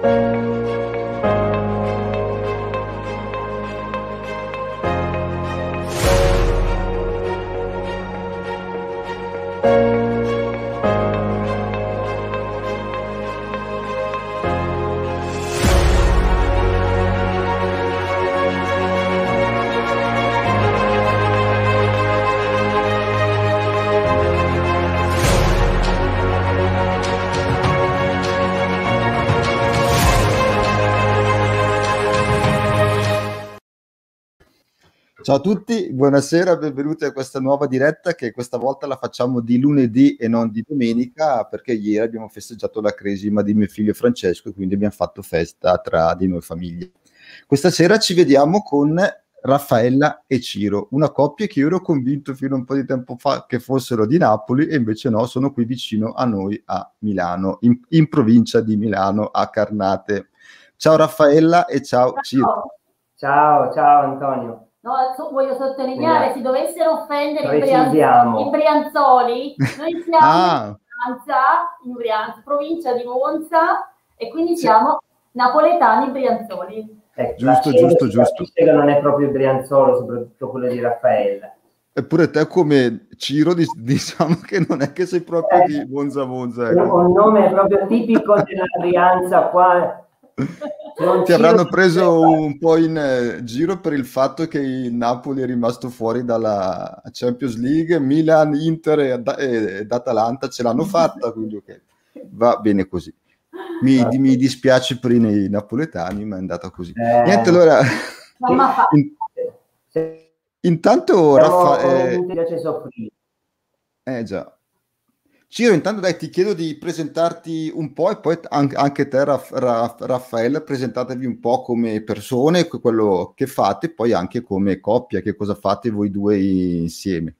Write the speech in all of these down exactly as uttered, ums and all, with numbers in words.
Ciao a tutti, buonasera, benvenuti a questa nuova diretta che questa volta la facciamo di lunedì e non di domenica, perché ieri abbiamo festeggiato la cresima di mio figlio Francesco e quindi abbiamo fatto festa tra di noi famiglie. Questa sera ci vediamo con Raffaella e Ciro, una coppia che io ero convinto fino a un po' di tempo fa che fossero di Napoli e invece no, sono qui vicino a noi a Milano, in, in provincia di Milano, a Carnate. Ciao Raffaella e ciao Ciro. Ciao, ciao Antonio. No, so, voglio sottolineare, si dovessero offendere i Brianzoli, i Brianzoli, noi siamo ah. in Brianza, in Brianza, provincia di Monza, e quindi siamo napoletani Brianzoli. Ecco, giusto, giusto, giusto. Che non è proprio Brianzolo, soprattutto quello di Raffaella. Eppure te come Ciro diciamo che non è che sei proprio eh, di Monza Monza. Ecco. Un nome proprio tipico della Brianza qua. Non ti avranno preso un po' in eh, giro per il fatto che il Napoli è rimasto fuori dalla Champions League, Milan, Inter e, e, ed Atalanta ce l'hanno fatta, quindi okay. Va bene così. Mi, di, mi dispiace per i napoletani, ma è andata così. Eh, Niente, allora... in, intanto Raffaele... Eh già. Ciro, intanto dai, ti chiedo di presentarti un po' e poi anche te, Raff, Raff, Raffaella, presentatevi un po' come persone, quello che fate, poi anche come coppia, che cosa fate voi due insieme.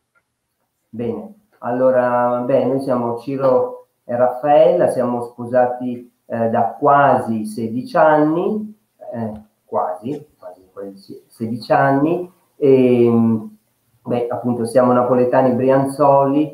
Bene, allora, beh, noi siamo Ciro e Raffaella, siamo sposati eh, da quasi sedici anni, eh, quasi, quasi, quasi sedici anni, e beh, appunto siamo napoletani Brianzoli.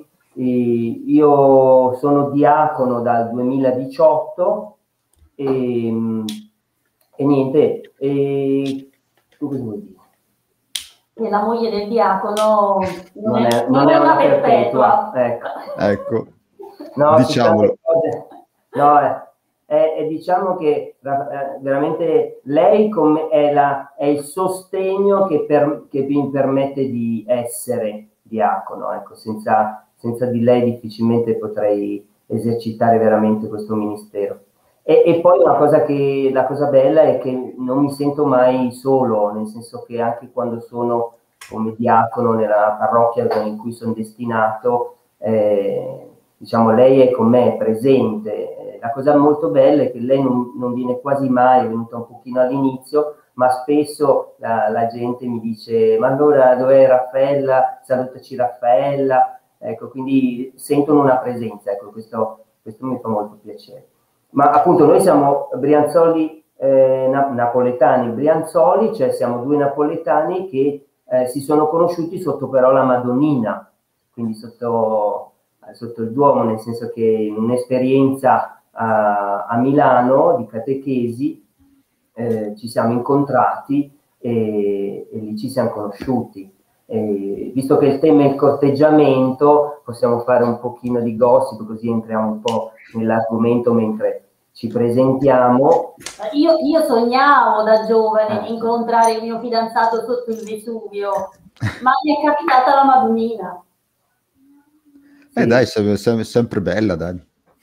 Io sono diacono dal duemiladiciotto e, e niente, e tu cosa vuoi dire? Che la moglie del diacono non, non è, è, non non è è una una perpetua. perpetua. Ecco, ecco. No, diciamolo. No, è, è, è diciamo che eh, veramente lei come è, la, è il sostegno che, per, che mi permette di essere diacono, ecco, senza... senza di lei difficilmente potrei esercitare veramente questo ministero. E, e poi una cosa che, la cosa bella è che non mi sento mai solo, nel senso che anche quando sono come diacono nella parrocchia in cui sono destinato, eh, diciamo, lei è con me, è presente. La cosa molto bella è che lei non, non viene quasi mai, è venuta un pochino all'inizio, ma spesso la, la gente mi dice: ma allora dov'è Raffaella? Salutaci Raffaella. Ecco, quindi sentono una presenza, ecco, questo, questo mi fa molto piacere. Ma appunto noi siamo Brianzoli, eh, na napoletani Brianzoli, cioè siamo due napoletani che eh, si sono conosciuti sotto però la Madonnina, quindi sotto, eh, sotto il Duomo, nel senso che in un'esperienza a, a Milano di catechesi eh, ci siamo incontrati e, e lì ci siamo conosciuti. E visto che il tema è il corteggiamento, possiamo fare un pochino di gossip, così entriamo un po' nell'argomento mentre ci presentiamo. Io, io sognavo da giovane di incontrare il mio fidanzato sotto il Vesuvio, ma mi è capitata la Madonnina. Eh sì. Dai, è sempre bella, dai.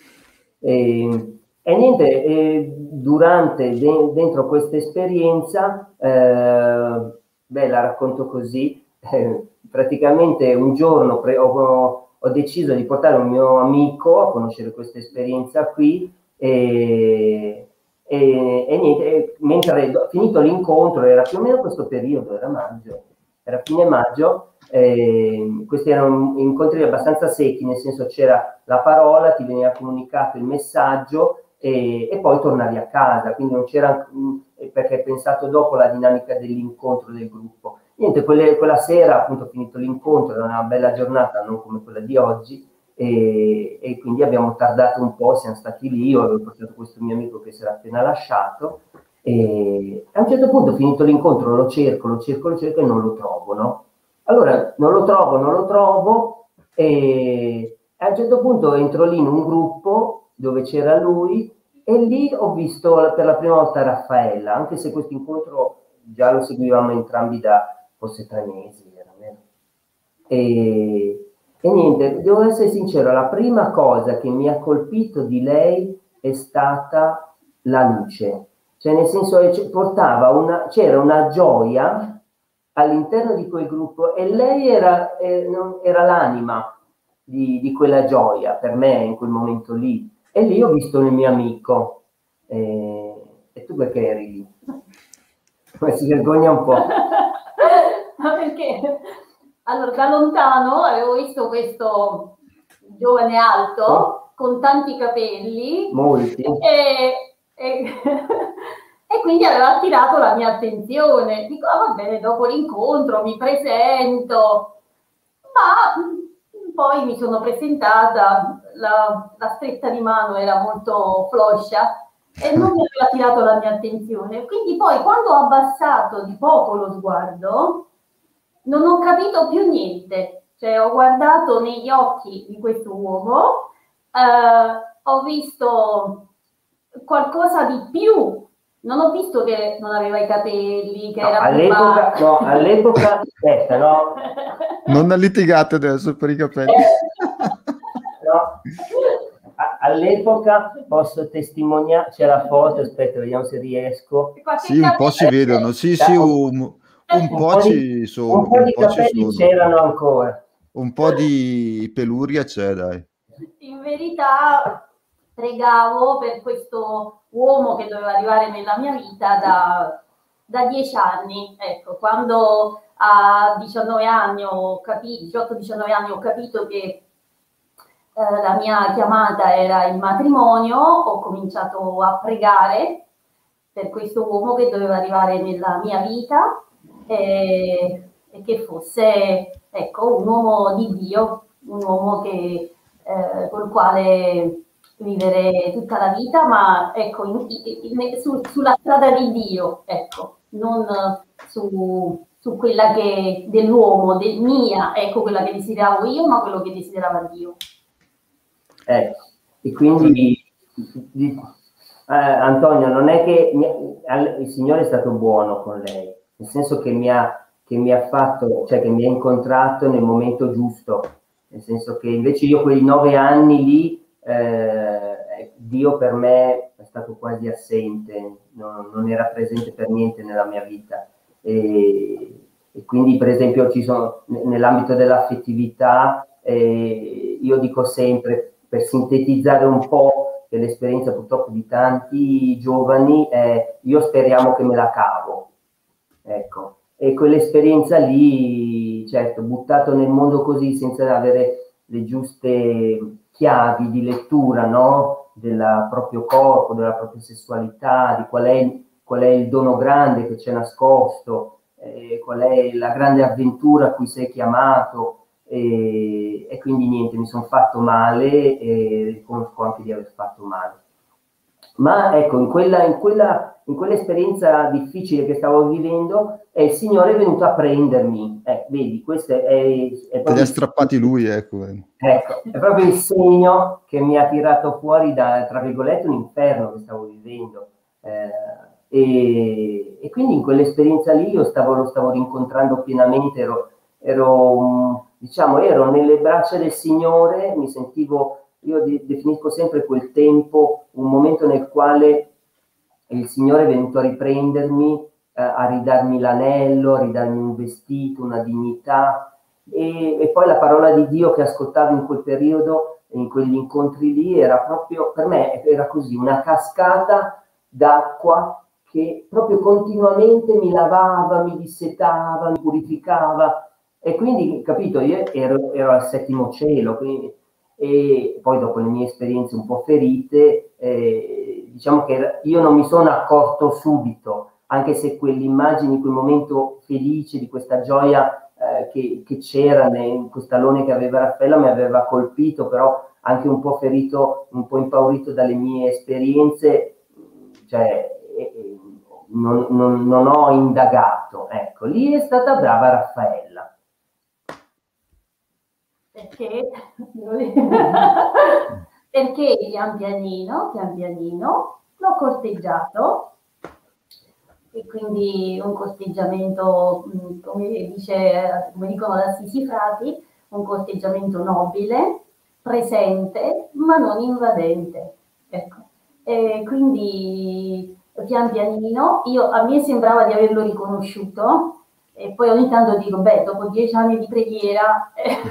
E, e niente, e durante, de, dentro questa esperienza, eh, beh, la racconto così. Eh, praticamente un giorno pre ho, ho deciso di portare un mio amico a conoscere questa esperienza qui e, e, e niente, e mentre finito l'incontro, era più o meno questo periodo, era maggio, era fine maggio, eh, questi erano incontri abbastanza secchi, nel senso c'era la parola, ti veniva comunicato il messaggio e, e poi tornavi a casa, quindi non c'era, perché è pensato dopo la dinamica dell'incontro del gruppo. Niente, quelle, quella sera, appunto, finito l'incontro, era una bella giornata, non come quella di oggi, e, e quindi abbiamo tardato un po', siamo stati lì, io avevo portato questo mio amico che si era appena lasciato, e a un certo punto, finito l'incontro, lo cerco, lo cerco, lo cerco e non lo trovo, no? Allora, non lo trovo, non lo trovo, e a un certo punto entro lì in un gruppo dove c'era lui, e lì ho visto per la prima volta Raffaella, anche se questo incontro già lo seguivamo entrambi da forse tre mesi, veramente. E, e niente, devo essere sincero, la prima cosa che mi ha colpito di lei è stata la luce, cioè nel senso che portava una, c'era una gioia all'interno di quel gruppo e lei era, eh, era l'anima di, di quella gioia per me in quel momento lì. E lì ho visto il mio amico. E, e tu perché eri lì? Si vergogna un po'. Ma perché? Allora, da lontano avevo visto questo giovane alto, oh, con tanti capelli. Molti. E, e, e quindi aveva attirato la mia attenzione. Dico, ah, va bene, dopo l'incontro mi presento. Ma poi mi sono presentata, la, la stretta di mano era molto floscia e non mi aveva attirato la mia attenzione. Quindi poi quando ho abbassato di poco lo sguardo, non ho capito più niente. Cioè ho guardato negli occhi di questo uomo, eh, ho visto qualcosa di più. Non ho visto che non aveva i capelli, che no, era all'epoca, no, all'epoca, aspetta, no. Non litigate adesso per i capelli. No. All'epoca posso testimoniare, c'è la foto, aspetta, vediamo se riesco. Sì, un po' si vedono, sì, sì, un, un, un po', po ci sono. Un po' di capelli c'erano ancora. Un po' di peluria c'è, dai. In verità pregavo per questo uomo che doveva arrivare nella mia vita da, da dieci anni. Ecco, quando a diciannove anni ho capito, diciotto diciannove anni ho capito che eh, la mia chiamata era il matrimonio, ho cominciato a pregare per questo uomo che doveva arrivare nella mia vita e, e che fosse, ecco, un uomo di Dio, un uomo che, eh, col quale vivere tutta la vita, ma ecco, in, in, in, su, sulla strada di Dio, ecco, non su, su quella che dell'uomo, del mia, ecco, quella che desideravo io, ma quello che desiderava Dio. Ecco, e quindi di, eh, Antonio, non è che mi, il Signore è stato buono con lei, nel senso che mi ha, che mi ha fatto, cioè che mi ha incontrato nel momento giusto, nel senso che invece io quei nove anni lì, eh, Dio per me è stato quasi assente, non, non era presente per niente nella mia vita. E, e quindi per esempio ci sono nell'ambito dell'affettività, eh, io dico sempre, per sintetizzare un po' l'esperienza purtroppo di tanti giovani, eh, io speriamo che me la cavo, ecco, e quell'esperienza lì, certo, buttato nel mondo così senza avere le giuste chiavi di lettura, no? Del proprio corpo, della propria sessualità, di qual è, qual è il dono grande che c'è nascosto, eh, qual è la grande avventura a cui sei chiamato. E, e quindi niente, mi sono fatto male e riconosco anche di aver fatto male. Ma ecco, in quella, in quella, in quell'esperienza difficile che stavo vivendo, eh, il Signore è venuto a prendermi. Eh, vedi, questo è, è, è Te li ha strappati lui, ecco. Ecco, è proprio il segno che mi ha tirato fuori da, tra virgolette, un inferno che stavo vivendo. Eh, e, e quindi in quell'esperienza lì io stavo, lo stavo rincontrando pienamente, ero, ero diciamo, ero nelle braccia del Signore, mi sentivo, io definisco sempre quel tempo, un momento nel quale il Signore è venuto a riprendermi, eh, a ridarmi l'anello, a ridarmi un vestito, una dignità, e, e poi la parola di Dio che ascoltavo in quel periodo, in quegli incontri lì, era proprio, per me era così, una cascata d'acqua che proprio continuamente mi lavava, mi dissetava, mi purificava. E quindi, capito, io ero, ero al settimo cielo, quindi, e poi dopo le mie esperienze un po' ferite, eh, diciamo che io non mi sono accorto subito, anche se quell'immagine, quel momento felice di questa gioia, eh, che, che c'era in questo alone che aveva Raffaella mi aveva colpito, però anche un po' ferito, un po' impaurito dalle mie esperienze, cioè eh, non, non, non ho indagato. Ecco, lì è stata brava Raffaella. Perché? Perché pian pianino, pian pianino l'ho corteggiato, e quindi un corteggiamento, come dice, come dicono da Sisi Frati, un corteggiamento nobile, presente, ma non invadente. Ecco. E quindi pian pianino, io, a me sembrava di averlo riconosciuto, e poi ogni tanto dico, beh, dopo dieci anni di preghiera,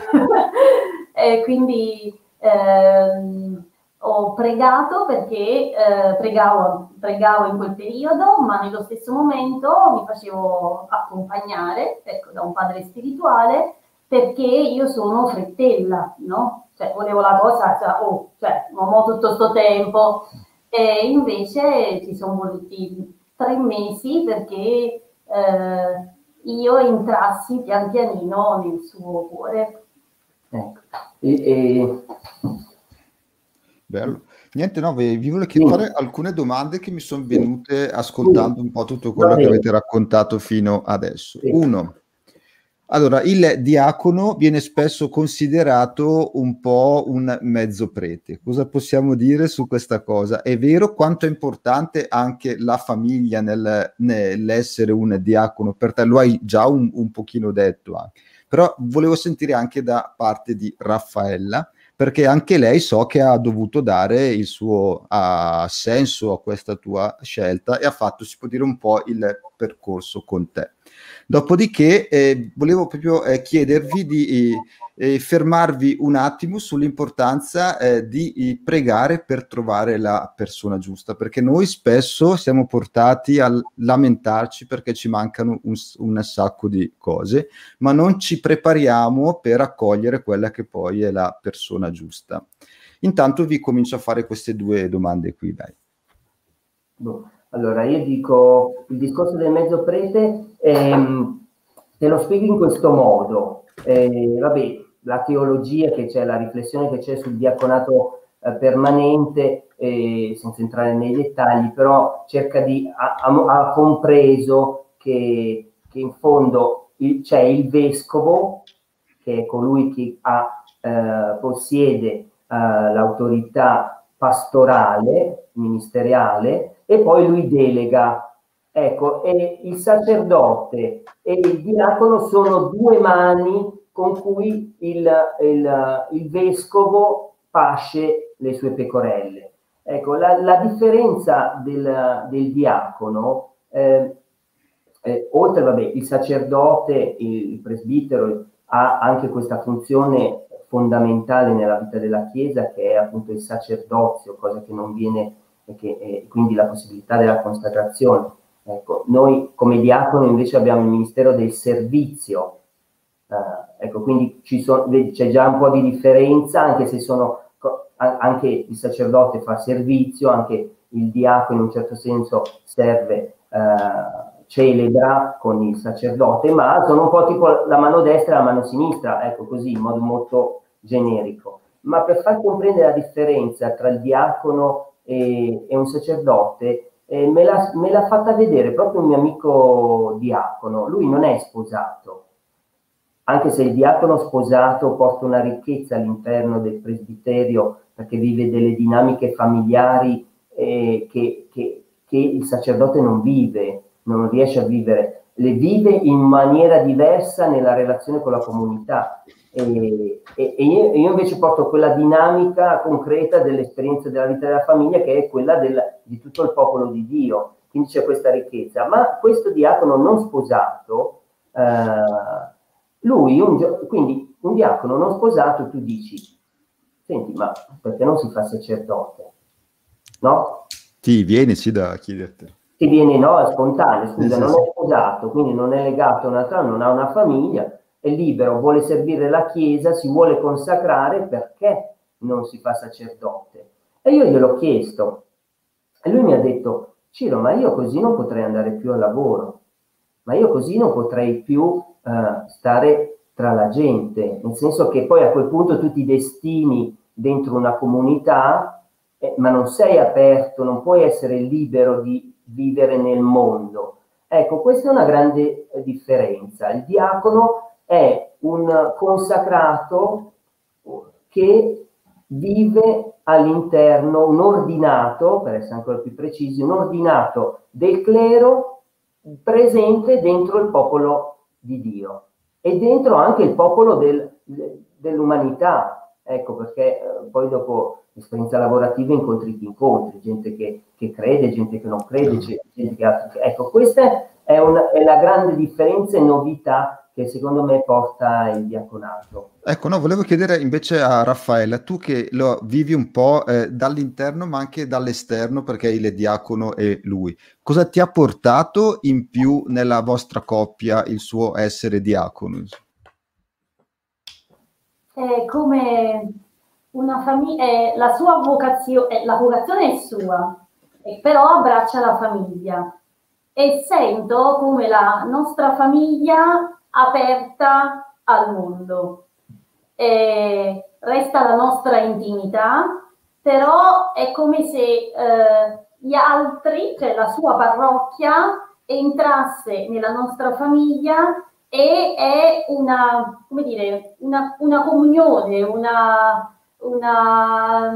e quindi ehm, ho pregato perché eh, pregavo, pregavo in quel periodo, ma nello stesso momento mi facevo accompagnare, ecco, da un padre spirituale, perché io sono frettella, no? Cioè, volevo la cosa, cioè, oh, cioè, non ho tutto questo tempo, e invece ci sono voluti tre mesi perché eh, io entrassi pian pianino nel suo cuore. Ecco. E, e... Bello. Niente, no, vi, vi volevo chiedere alcune domande che mi sono venute ascoltando un po' tutto quello che avete raccontato fino adesso. Uno, allora, il diacono viene spesso considerato un po' un mezzo prete. Cosa possiamo dire su questa cosa? È vero quanto è importante anche la famiglia nel, nell'essere un diacono? Per te lo hai già un, un pochino detto anche. Però volevo sentire anche da parte di Raffaella, perché anche lei so che ha dovuto dare il suo uh, senso a questa tua scelta e ha fatto, si può dire, un po' il percorso con te. Dopodiché eh, volevo proprio eh, chiedervi di eh, fermarvi un attimo sull'importanza eh, di eh, pregare per trovare la persona giusta, perché noi spesso siamo portati a lamentarci perché ci mancano un, un sacco di cose, ma non ci prepariamo per accogliere quella che poi è la persona giusta. Intanto vi comincio a fare queste due domande qui, dai. Boh. Allora, io dico, il discorso del mezzo prete, ehm, te lo spiego in questo modo. Eh, vabbè, la teologia che c'è, la riflessione che c'è sul diaconato eh, permanente, eh, senza entrare nei dettagli, però cerca di, ha, ha compreso che, che in fondo il, c'è il vescovo, che è colui che ha, eh, possiede eh, l'autorità pastorale, ministeriale, e poi lui delega. Ecco, e il sacerdote e il diacono sono due mani con cui il, il, il vescovo pasce le sue pecorelle. Ecco, la, la differenza del, del diacono, eh, eh, oltre, vabbè, il sacerdote, il presbitero ha anche questa funzione fondamentale nella vita della Chiesa, che è appunto il sacerdozio, cosa che non viene, e che, e quindi la possibilità della consacrazione. Ecco, noi come diacono invece abbiamo il ministero del servizio, eh, ecco, quindi ci sono, c'è già un po' di differenza, anche se sono, anche il sacerdote fa servizio, anche il diacono in un certo senso serve, eh, celebra con il sacerdote, ma sono un po' tipo la mano destra e la mano sinistra, ecco, così in modo molto generico. Ma per far comprendere la differenza tra il diacono e, e un sacerdote, eh, me, l'ha, me l'ha fatta vedere proprio un mio amico diacono. Lui non è sposato, anche se il diacono sposato porta una ricchezza all'interno del presbiterio, perché vive delle dinamiche familiari eh, che, che, che il sacerdote non vive, non riesce a vivere, le vive in maniera diversa nella relazione con la comunità. E, e, e io, io invece porto quella dinamica concreta dell'esperienza della vita della famiglia, che è quella del, di tutto il popolo di Dio. Quindi c'è questa ricchezza. Ma questo diacono non sposato, eh, lui, un, quindi un diacono non sposato, tu dici, senti, ma perché non si fa sacerdote? No? Ti viene sì da chiederti. Ti viene, no, è spontaneo, scusa, sì, non sì. è sposato, quindi non è legato a un'altra, non ha una famiglia, è libero, vuole servire la Chiesa, si vuole consacrare, perché non si fa sacerdote? E io gliel'ho chiesto, e lui mi ha detto, Ciro, ma io così non potrei andare più al lavoro. ma io così non potrei più eh, stare tra la gente, nel senso che poi a quel punto tu ti destini dentro una comunità, eh, ma non sei aperto, non puoi essere libero di vivere nel mondo. Ecco, questa è una grande differenza. Il diacono è un consacrato che vive all'interno, un ordinato, per essere ancora più precisi, un ordinato del clero presente dentro il popolo di Dio e dentro anche il popolo del, dell'umanità. Ecco perché eh, poi dopo l'esperienza lavorativa incontri ti incontri, gente che, che crede, gente che non crede, gente che altro. Ecco, questa è, una, è la grande differenza e novità che secondo me porta il diaconato. Ecco, no, volevo chiedere invece a Raffaella, tu che lo vivi un po' eh, dall'interno ma anche dall'esterno, perché il diacono è lui, cosa ti ha portato in più nella vostra coppia il suo essere diacono? È come una famiglia, la sua vocazione, la vocazione è sua, e però abbraccia la famiglia e sento come la nostra famiglia aperta al mondo. E resta la nostra intimità, però è come se eh, gli altri, cioè la sua parrocchia, entrasse nella nostra famiglia e è una, come dire, una, una comunione, una, una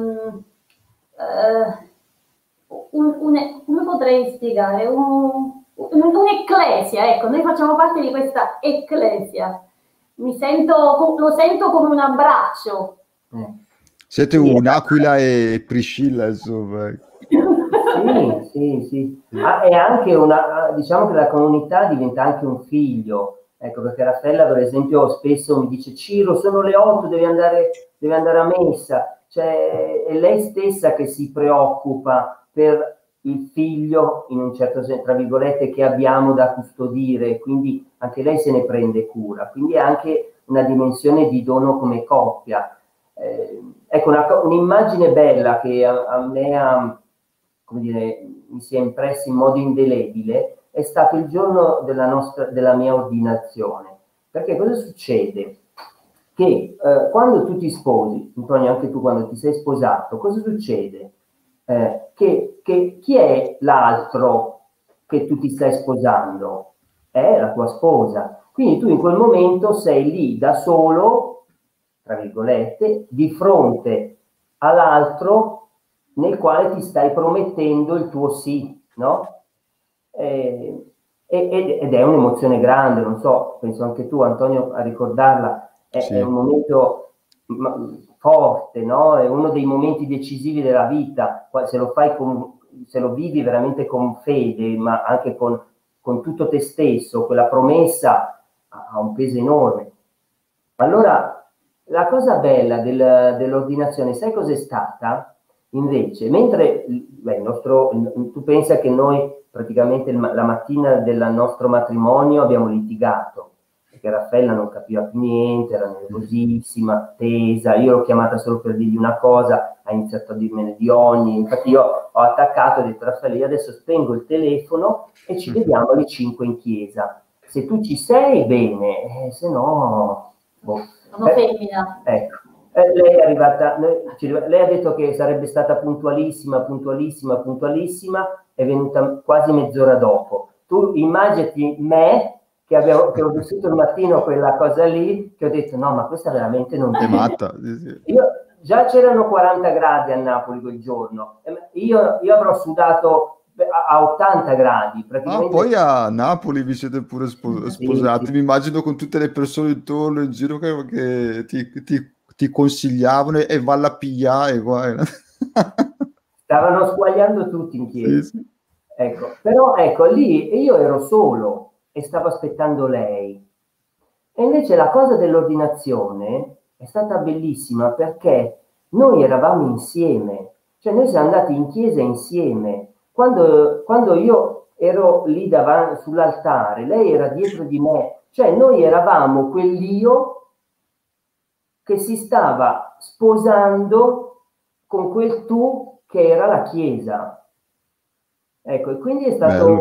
uh, un, un, come potrei spiegare? Un, un, un'ecclesia, ecco, noi facciamo parte di questa ecclesia. Mi sento, lo sento come un abbraccio. Eh. Siete Sì, un'Aquila e Priscilla, insomma. Sì, sì, sì. Ah, è anche una, diciamo che la comunità diventa anche un figlio. Ecco, perché Raffaella, per esempio, spesso mi dice: Ciro, sono le otto, devi andare, devi andare a messa. Cioè, è lei stessa che si preoccupa per il figlio, in un certo senso, tra virgolette, che abbiamo da custodire, quindi anche lei se ne prende cura. Quindi è anche una dimensione di dono come coppia. Eh, ecco, una, un'immagine bella che a, a me ha, come dire, mi si è impressa in modo indelebile è stato il giorno della, nostra, della mia ordinazione. Perché cosa succede? Che eh, quando tu ti sposi, Antonio, anche tu quando ti sei sposato, cosa succede? Eh, che, che chi è l'altro che tu ti stai sposando? È la tua sposa. Quindi tu in quel momento sei lì da solo, tra virgolette, di fronte all'altro nel quale ti stai promettendo il tuo sì, no? Eh, ed è un'emozione grande, non so, penso anche tu, Antonio, a ricordarla, è, sì. È un momento forte, no? È uno dei momenti decisivi della vita, se lo fai con, se lo vivi veramente con fede, ma anche con, con tutto te stesso, quella promessa ha un peso enorme. Allora, la cosa bella del, dell'ordinazione, sai cos'è stata? Invece, mentre beh, il nostro, tu pensa che noi praticamente la mattina del nostro matrimonio abbiamo litigato, perché Raffaella non capiva più niente, era nervosissima, tesa, io l'ho chiamata solo per dirgli una cosa, ha iniziato a dirmene di ogni, infatti io ho attaccato e ho detto: Raffaella, io adesso spengo il telefono e ci vediamo alle cinque in chiesa, se tu ci sei bene, eh, se no... Boh. Sono femmina. Ecco. Eh, lei è arrivata, lei ha detto che sarebbe stata puntualissima, puntualissima, puntualissima, è venuta quasi mezz'ora dopo. Tu immaginati me, che, avevo, che ho vissuto il mattino quella cosa lì, che ho detto: no, ma questa veramente non è matta. Io, già c'erano quaranta gradi a Napoli quel giorno, io, io avrò sudato a ottanta gradi praticamente. Ah, poi a Napoli vi siete pure spo sposati, sì, sì. Mi immagino con tutte le persone intorno in giro che, che ti, ti, ti consigliavano e valla a pigliare qua. Stavano squagliando tutti in chiesa, sì, sì. Ecco, però ecco lì io ero solo e stavo aspettando lei, e invece la cosa dell'ordinazione è stata bellissima perché noi eravamo insieme, cioè noi siamo andati in chiesa insieme. Quando, quando io ero lì davanti sull'altare, lei era dietro di me, cioè noi eravamo quell'io che si stava sposando con quel tu che era la chiesa. Ecco, e quindi è stato,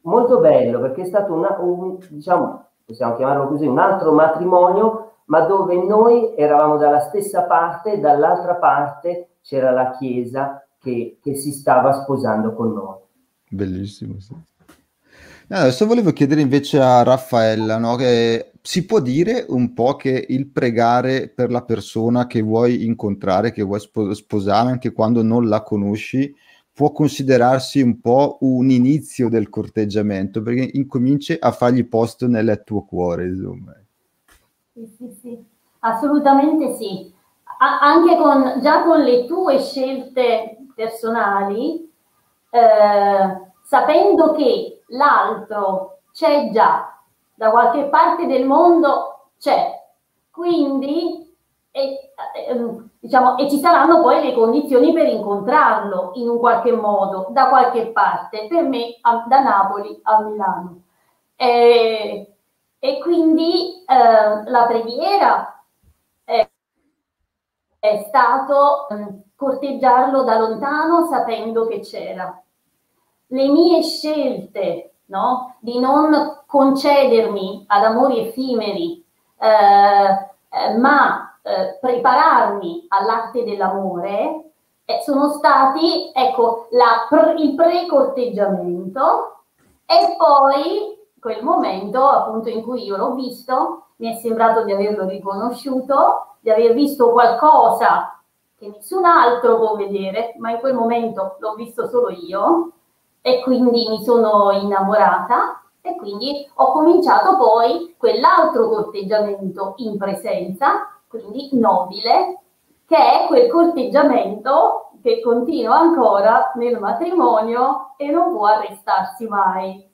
molto bello, perché è stato una, un, diciamo, possiamo chiamarlo così, un altro matrimonio, ma dove noi eravamo dalla stessa parte e dall'altra parte c'era la Chiesa che, che si stava sposando con noi. Bellissimo, sì. Adesso volevo chiedere invece a Raffaella, no, che si può dire un po' che il pregare per la persona che vuoi incontrare, che vuoi spo- sposare, anche quando non la conosci, può considerarsi un po' un inizio del corteggiamento, perché incominci a fargli posto nel tuo cuore, insomma. Sì, sì, sì, assolutamente sì. A- anche con, già con le tue scelte personali, eh, sapendo che l'altro c'è già, da qualche parte del mondo c'è, quindi e, eh, diciamo, e ci saranno poi le condizioni per incontrarlo in un qualche modo, da qualche parte, per me a, da Napoli a Milano. E, e quindi eh, la preghiera è, è stato eh, corteggiarlo da lontano sapendo che c'era. Le mie scelte, no, di non concedermi ad amori effimeri, eh, eh, ma eh, prepararmi all'arte dell'amore, eh, sono stati, ecco, la, il pre-corteggiamento e poi quel momento appunto in cui io l'ho visto, mi è sembrato di averlo riconosciuto, di aver visto qualcosa che nessun altro può vedere, ma in quel momento l'ho visto solo io e quindi mi sono innamorata e quindi ho cominciato poi quell'altro corteggiamento in presenza, quindi nobile, che è quel corteggiamento che continua ancora nel matrimonio e non può arrestarsi mai.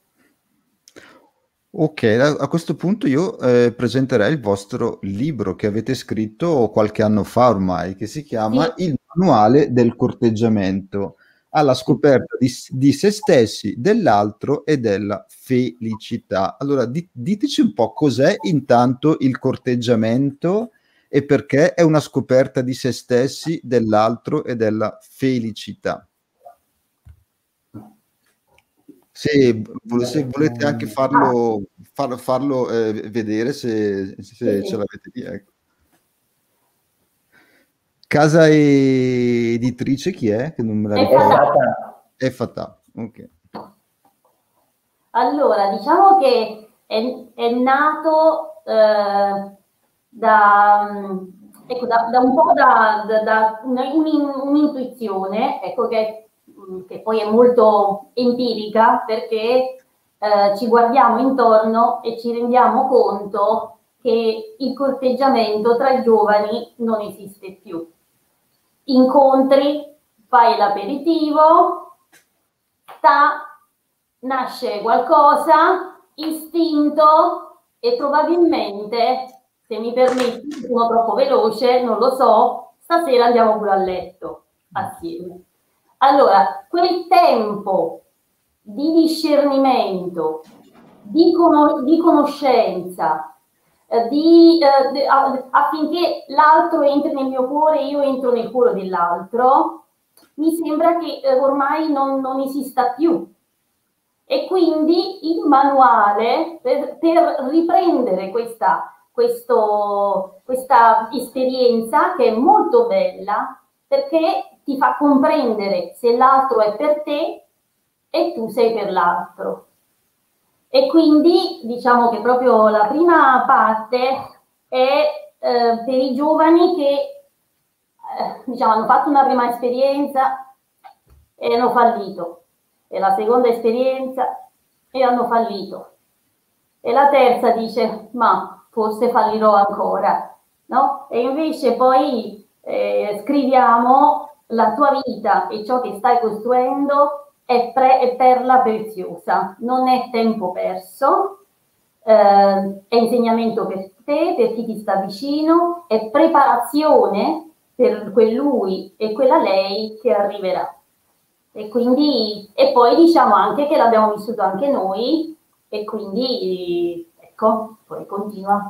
Ok, a a questo punto io eh, presenterei il vostro libro che avete scritto qualche anno fa ormai, che si chiama Sì. Il manuale del corteggiamento, alla scoperta di, s- di se stessi, dell'altro e della felicità. Allora, di- diteci un po' cos'è intanto il corteggiamento e perché è una scoperta di se stessi, dell'altro e della felicità. Se, vol- se volete anche farlo, farlo, farlo, eh, vedere se, se ce l'avete lì, ecco. Casa editrice chi è? Che non me la È ricordo. fatale. È Fatà, ok. Allora, diciamo che è, è nato eh, da, mm, ecco, da, da un po' da, da, da un'intuizione, ecco, che, mm, che poi è molto empirica, perché eh, ci guardiamo intorno e ci rendiamo conto che il corteggiamento tra i giovani non esiste più. Incontri, fai l'aperitivo, sta nasce qualcosa, istinto e probabilmente, se mi permetti, sono troppo veloce, non lo so, stasera andiamo pure a letto assieme. Allora, quel tempo di discernimento, di, con di conoscenza, eh, di, eh, affinché l'altro entri nel mio cuore e io entro nel cuore dell'altro, mi sembra che eh, ormai non, non esista più. E quindi il manuale per, per riprendere questa, questo, questa esperienza che è molto bella, perché ti fa comprendere se l'altro è per te e tu sei per l'altro. E quindi diciamo che proprio la prima parte è eh, per i giovani che eh, diciamo, hanno fatto una prima esperienza e hanno fallito. E la seconda esperienza e hanno fallito. E la terza dice, ma forse fallirò ancora, no? E invece poi eh, scriviamo la tua vita e ciò che stai costruendo è, pre- è perla preziosa, non è tempo perso, eh, è insegnamento per te, per chi ti sta vicino, è preparazione per quel lui e quella lei che arriverà. E quindi, e poi diciamo anche che l'abbiamo vissuto anche noi, e quindi, ecco, poi continua.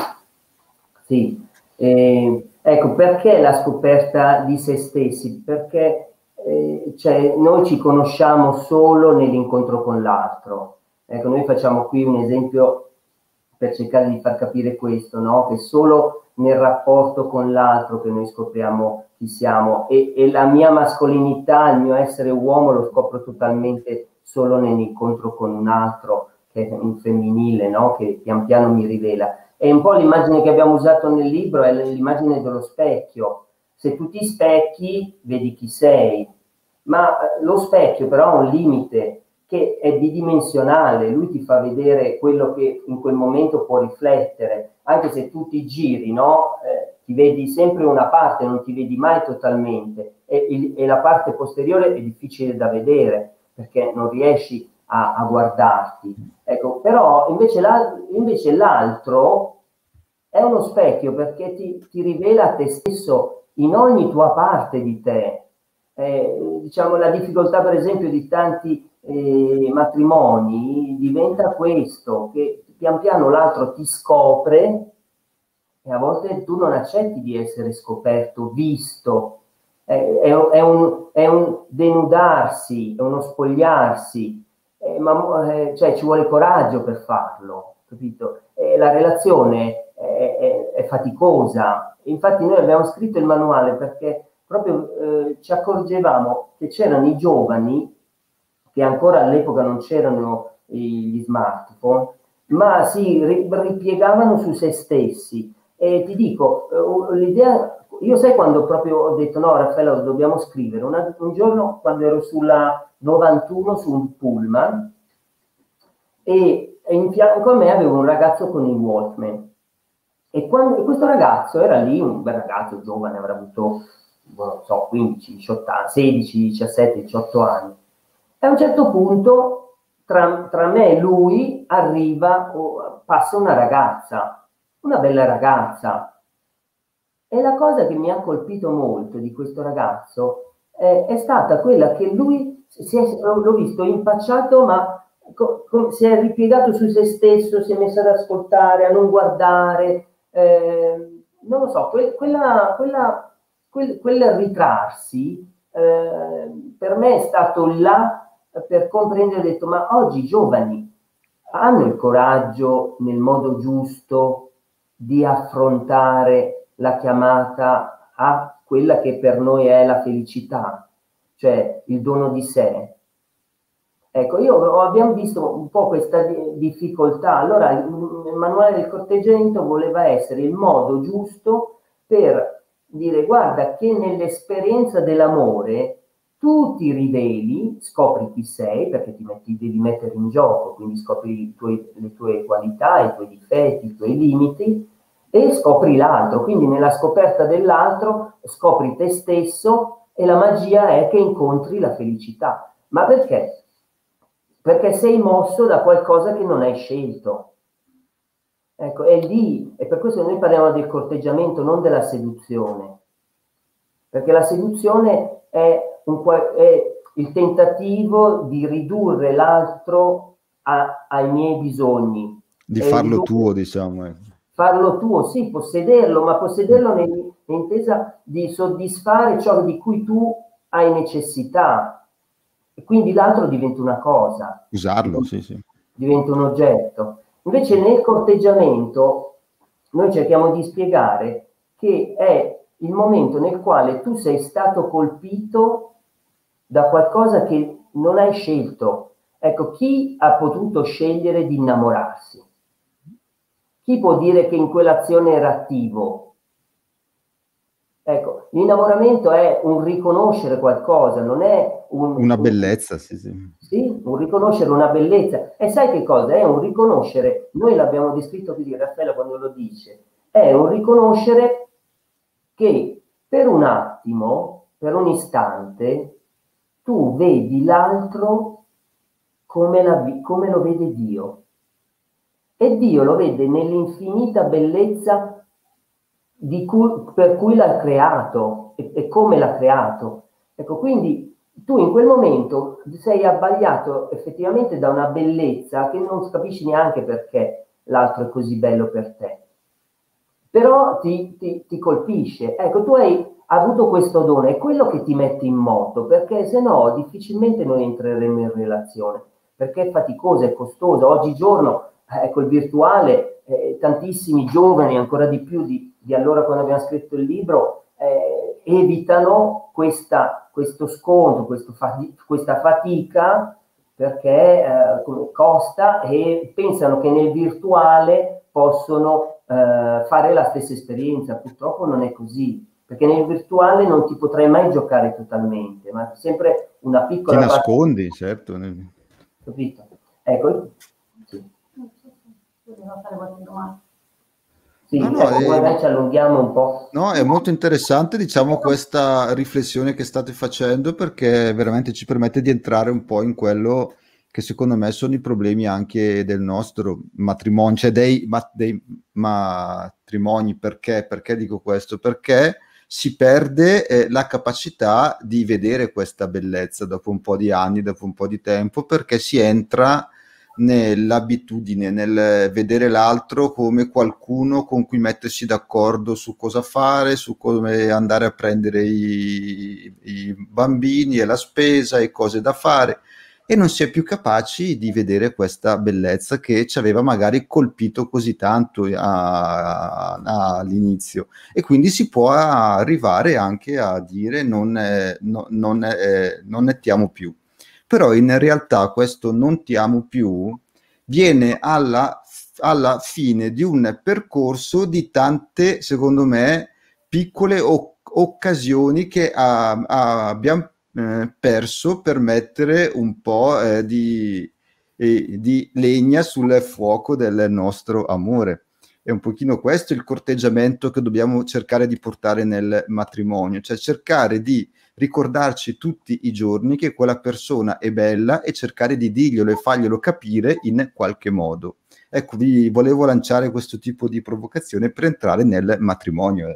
Sì, eh, ecco, perché la scoperta di se stessi? Perché eh, cioè, noi ci conosciamo solo nell'incontro con l'altro, Ecco, noi facciamo qui un esempio per cercare di far capire questo, no? Che solo nel rapporto con l'altro che noi scopriamo chi siamo, e, e la mia mascolinità, il mio essere uomo lo scopro totalmente solo nell'incontro con un altro, che è un femminile, no? Che pian piano mi rivela. E un po' l'immagine che abbiamo usato nel libro è l'immagine dello specchio. Se tu ti specchi, vedi chi sei, ma lo specchio però ha un limite, che è bidimensionale, lui ti fa vedere quello che in quel momento può riflettere, anche se tu ti giri, no? Eh, ti vedi sempre una parte, non ti vedi mai totalmente, e, il, e la parte posteriore è difficile da vedere, perché non riesci a, a guardarti. Ecco, però invece, la, invece l'altro è uno specchio, perché ti, ti rivela te stesso in ogni tua parte di te. Eh, diciamo, la difficoltà per esempio di tanti eh, matrimoni diventa questo, che pian piano l'altro ti scopre e a volte tu non accetti di essere scoperto, visto. Eh, è, è, un, è un denudarsi, è uno spogliarsi, eh, ma eh, cioè ci vuole coraggio per farlo, capito? Eh, la relazione è, è, è faticosa. Infatti noi abbiamo scritto il manuale perché proprio eh, ci accorgevamo che c'erano i giovani che ancora all'epoca non c'erano gli smartphone, ma si ripiegavano su se stessi. E ti dico, eh, l'idea, io sai quando proprio ho detto no Raffaella, lo dobbiamo scrivere, Una, un giorno quando ero sulla novantuno su un pullman e, e in fianco a me avevo un ragazzo con il Walkman, e, quando, e questo ragazzo era lì, un bel ragazzo giovane, avrà avuto non so, quindici, diciotto anni, sedici, diciassette, diciotto anni. E a un certo punto tra, tra me e lui arriva, oh, passa una ragazza, una bella ragazza. E la cosa che mi ha colpito molto di questo ragazzo eh, è stata quella che lui, si è, l'ho visto impacciato, ma co, co, si è ripiegato su se stesso, si è messo ad ascoltare, a non guardare, eh, non lo so, que, quella... quella Quel, quel ritrarsi eh, per me è stato là per comprendere, ho detto, ma oggi i giovani hanno il coraggio nel modo giusto di affrontare la chiamata a quella che per noi è la felicità, cioè il dono di sé. Ecco, io abbiamo visto un po' questa difficoltà. Allora il manuale del corteggiamento voleva essere il modo giusto per dire guarda che nell'esperienza dell'amore tu ti riveli, scopri chi sei, perché ti metti, devi mettere in gioco, quindi scopri i tuoi, le tue qualità, i tuoi difetti, i tuoi limiti, e scopri l'altro. Quindi nella scoperta dell'altro scopri te stesso e la magia è che incontri la felicità. Ma perché? Perché sei mosso da qualcosa che non hai scelto. Ecco, è lì, e per questo noi parliamo del corteggiamento, non della seduzione, perché la seduzione è, un, è il tentativo di ridurre l'altro a, ai miei bisogni. Di farlo tuo, diciamo. Eh. Farlo tuo, sì, possederlo, ma possederlo nell'intesa di soddisfare ciò di cui tu hai necessità, e quindi l'altro diventa una cosa. Usarlo, sì, sì. Diventa un oggetto. Invece nel corteggiamento noi cerchiamo di spiegare che è il momento nel quale tu sei stato colpito da qualcosa che non hai scelto. Ecco, chi ha potuto scegliere di innamorarsi? Chi può dire che in quell'azione era attivo? Ecco, l'innamoramento è un riconoscere qualcosa, non è un... Una bellezza, sì, sì. Sì, un riconoscere una bellezza. E sai che cosa? È un riconoscere, noi l'abbiamo descritto così, Raffaella quando lo dice, è un riconoscere che per un attimo, per un istante, tu vedi l'altro come, la, come lo vede Dio. E Dio lo vede nell'infinita bellezza di cui, per cui l'ha creato e, e come l'ha creato. Ecco, quindi tu in quel momento sei abbagliato effettivamente da una bellezza che non capisci neanche perché l'altro è così bello per te, però ti, ti, ti colpisce. Ecco, tu hai avuto questo dono, è quello che ti mette in moto, perché se no difficilmente noi entreremo in relazione. perché è faticosa, è costosa. Oggigiorno, eh, col virtuale, eh, tantissimi giovani, ancora di più di, di allora quando abbiamo scritto il libro, eh, evitano questa, questo sconto, questo fati- questa fatica, perché eh, costa, e pensano che nel virtuale possono eh, fare la stessa esperienza. Purtroppo non è così, perché nel virtuale non ti potrai mai giocare totalmente, ma sempre una piccola Ti parte. nascondi, certo. Capito? Ecco, sì. Volevo fare qualche domanda. Sì, No, no, ecco, è, magari ci allunghiamo un po'. no, è molto interessante, diciamo, questa riflessione che state facendo, perché veramente ci permette di entrare un po' in quello che secondo me sono i problemi anche del nostro matrimonio, cioè dei, ma- dei matrimoni. Perché? Perché dico questo? Perché si perde eh, la capacità di vedere questa bellezza dopo un po' di anni, dopo un po' di tempo, perché si entra nell'abitudine, nel vedere l'altro come qualcuno con cui mettersi d'accordo su cosa fare, su come andare a prendere i, i bambini e la spesa e cose da fare, e non si è più capaci di vedere questa bellezza che ci aveva magari colpito così tanto a- a- all'inizio, e quindi si può arrivare anche a dire non, eh, no- non, eh, non ne stiamo più. Però in realtà questo non ti amo più viene alla, alla fine di un percorso di tante, secondo me, piccole o- occasioni che ah, ah, abbiamo eh, perso per mettere un po' eh, di, eh, di legna sul fuoco del nostro amore. È un pochino questo il corteggiamento che dobbiamo cercare di portare nel matrimonio, cioè cercare di ricordarci tutti i giorni che quella persona è bella e cercare di dirglielo e farglielo capire in qualche modo. Ecco, vi volevo lanciare questo tipo di provocazione per entrare nel matrimonio.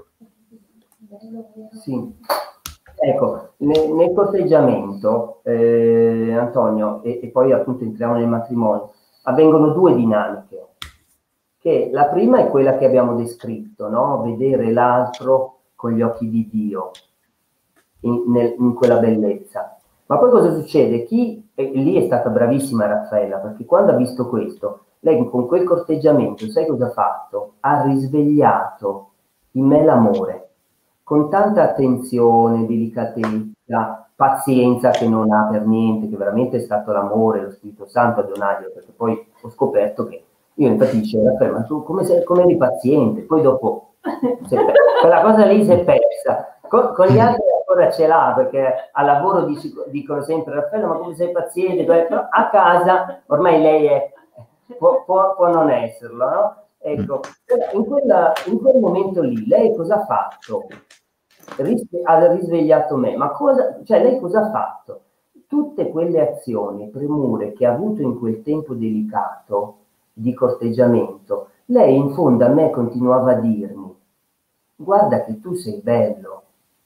Sì. Ecco, nel, nel corteggiamento, eh, Antonio, e, e poi appunto entriamo nel matrimonio, avvengono due dinamiche. Che la prima è quella che abbiamo descritto, no? Vedere l'altro con gli occhi di Dio, in, nel, in quella bellezza. Ma poi cosa succede? Chi, e lì è stata bravissima Raffaella, perché quando ha visto questo, lei con quel corteggiamento, sai cosa ha fatto? Ha risvegliato in me l'amore, con tanta attenzione, delicatezza, pazienza, che non ha per niente, che veramente è stato l'amore, lo Spirito Santo a donarglielo, perché poi ho scoperto che io infatti dicevo, Raffaella, ma tu come, sei, come eri paziente? Poi dopo, quella cosa lì si è persa. Con, con gli altri ancora ce l'ha, perché al lavoro dici, dicono sempre, Raffaella, ma come sei paziente? Però a casa ormai lei è, può, può, può non esserlo, no? Ecco, in, quella, in quel momento lì, lei cosa ha fatto? Risve- ha risvegliato me, ma cosa, cioè lei cosa ha fatto? Tutte quelle azioni, premure che ha avuto in quel tempo delicato di corteggiamento, lei in fondo a me continuava a dirmi: guarda che tu sei bello,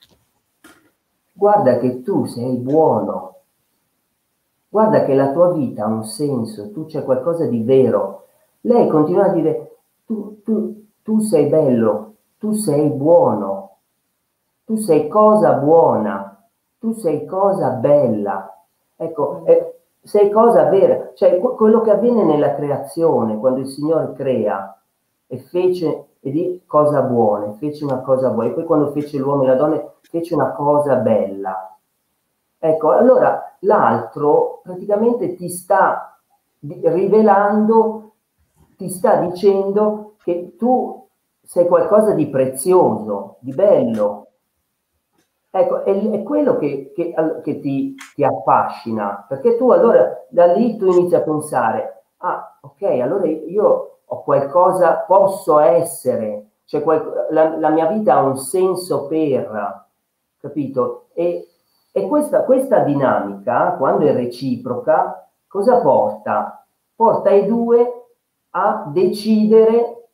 guarda che tu sei buono, guarda che la tua vita ha un senso, tu c'è qualcosa di vero. Lei continua a dire: tu, tu, tu sei bello, tu sei buono, tu sei cosa buona, tu sei cosa bella. Ecco, eh, sei cosa vera, cioè quello che avviene nella creazione, quando il Signore crea e fece, e di cosa buona, fece una cosa buona, e poi quando fece l'uomo e la donna fece una cosa bella. Ecco, allora l'altro praticamente ti sta rivelando, ti sta dicendo che tu sei qualcosa di prezioso, di bello. Ecco, è, è quello che, che, che ti, ti affascina, perché tu allora da lì tu inizi a pensare: ah, ok, allora io ho qualcosa, posso essere, cioè qual, la, la mia vita ha un senso per, capito? E, e questa, questa dinamica, quando è reciproca, cosa porta? Porta i due a decidere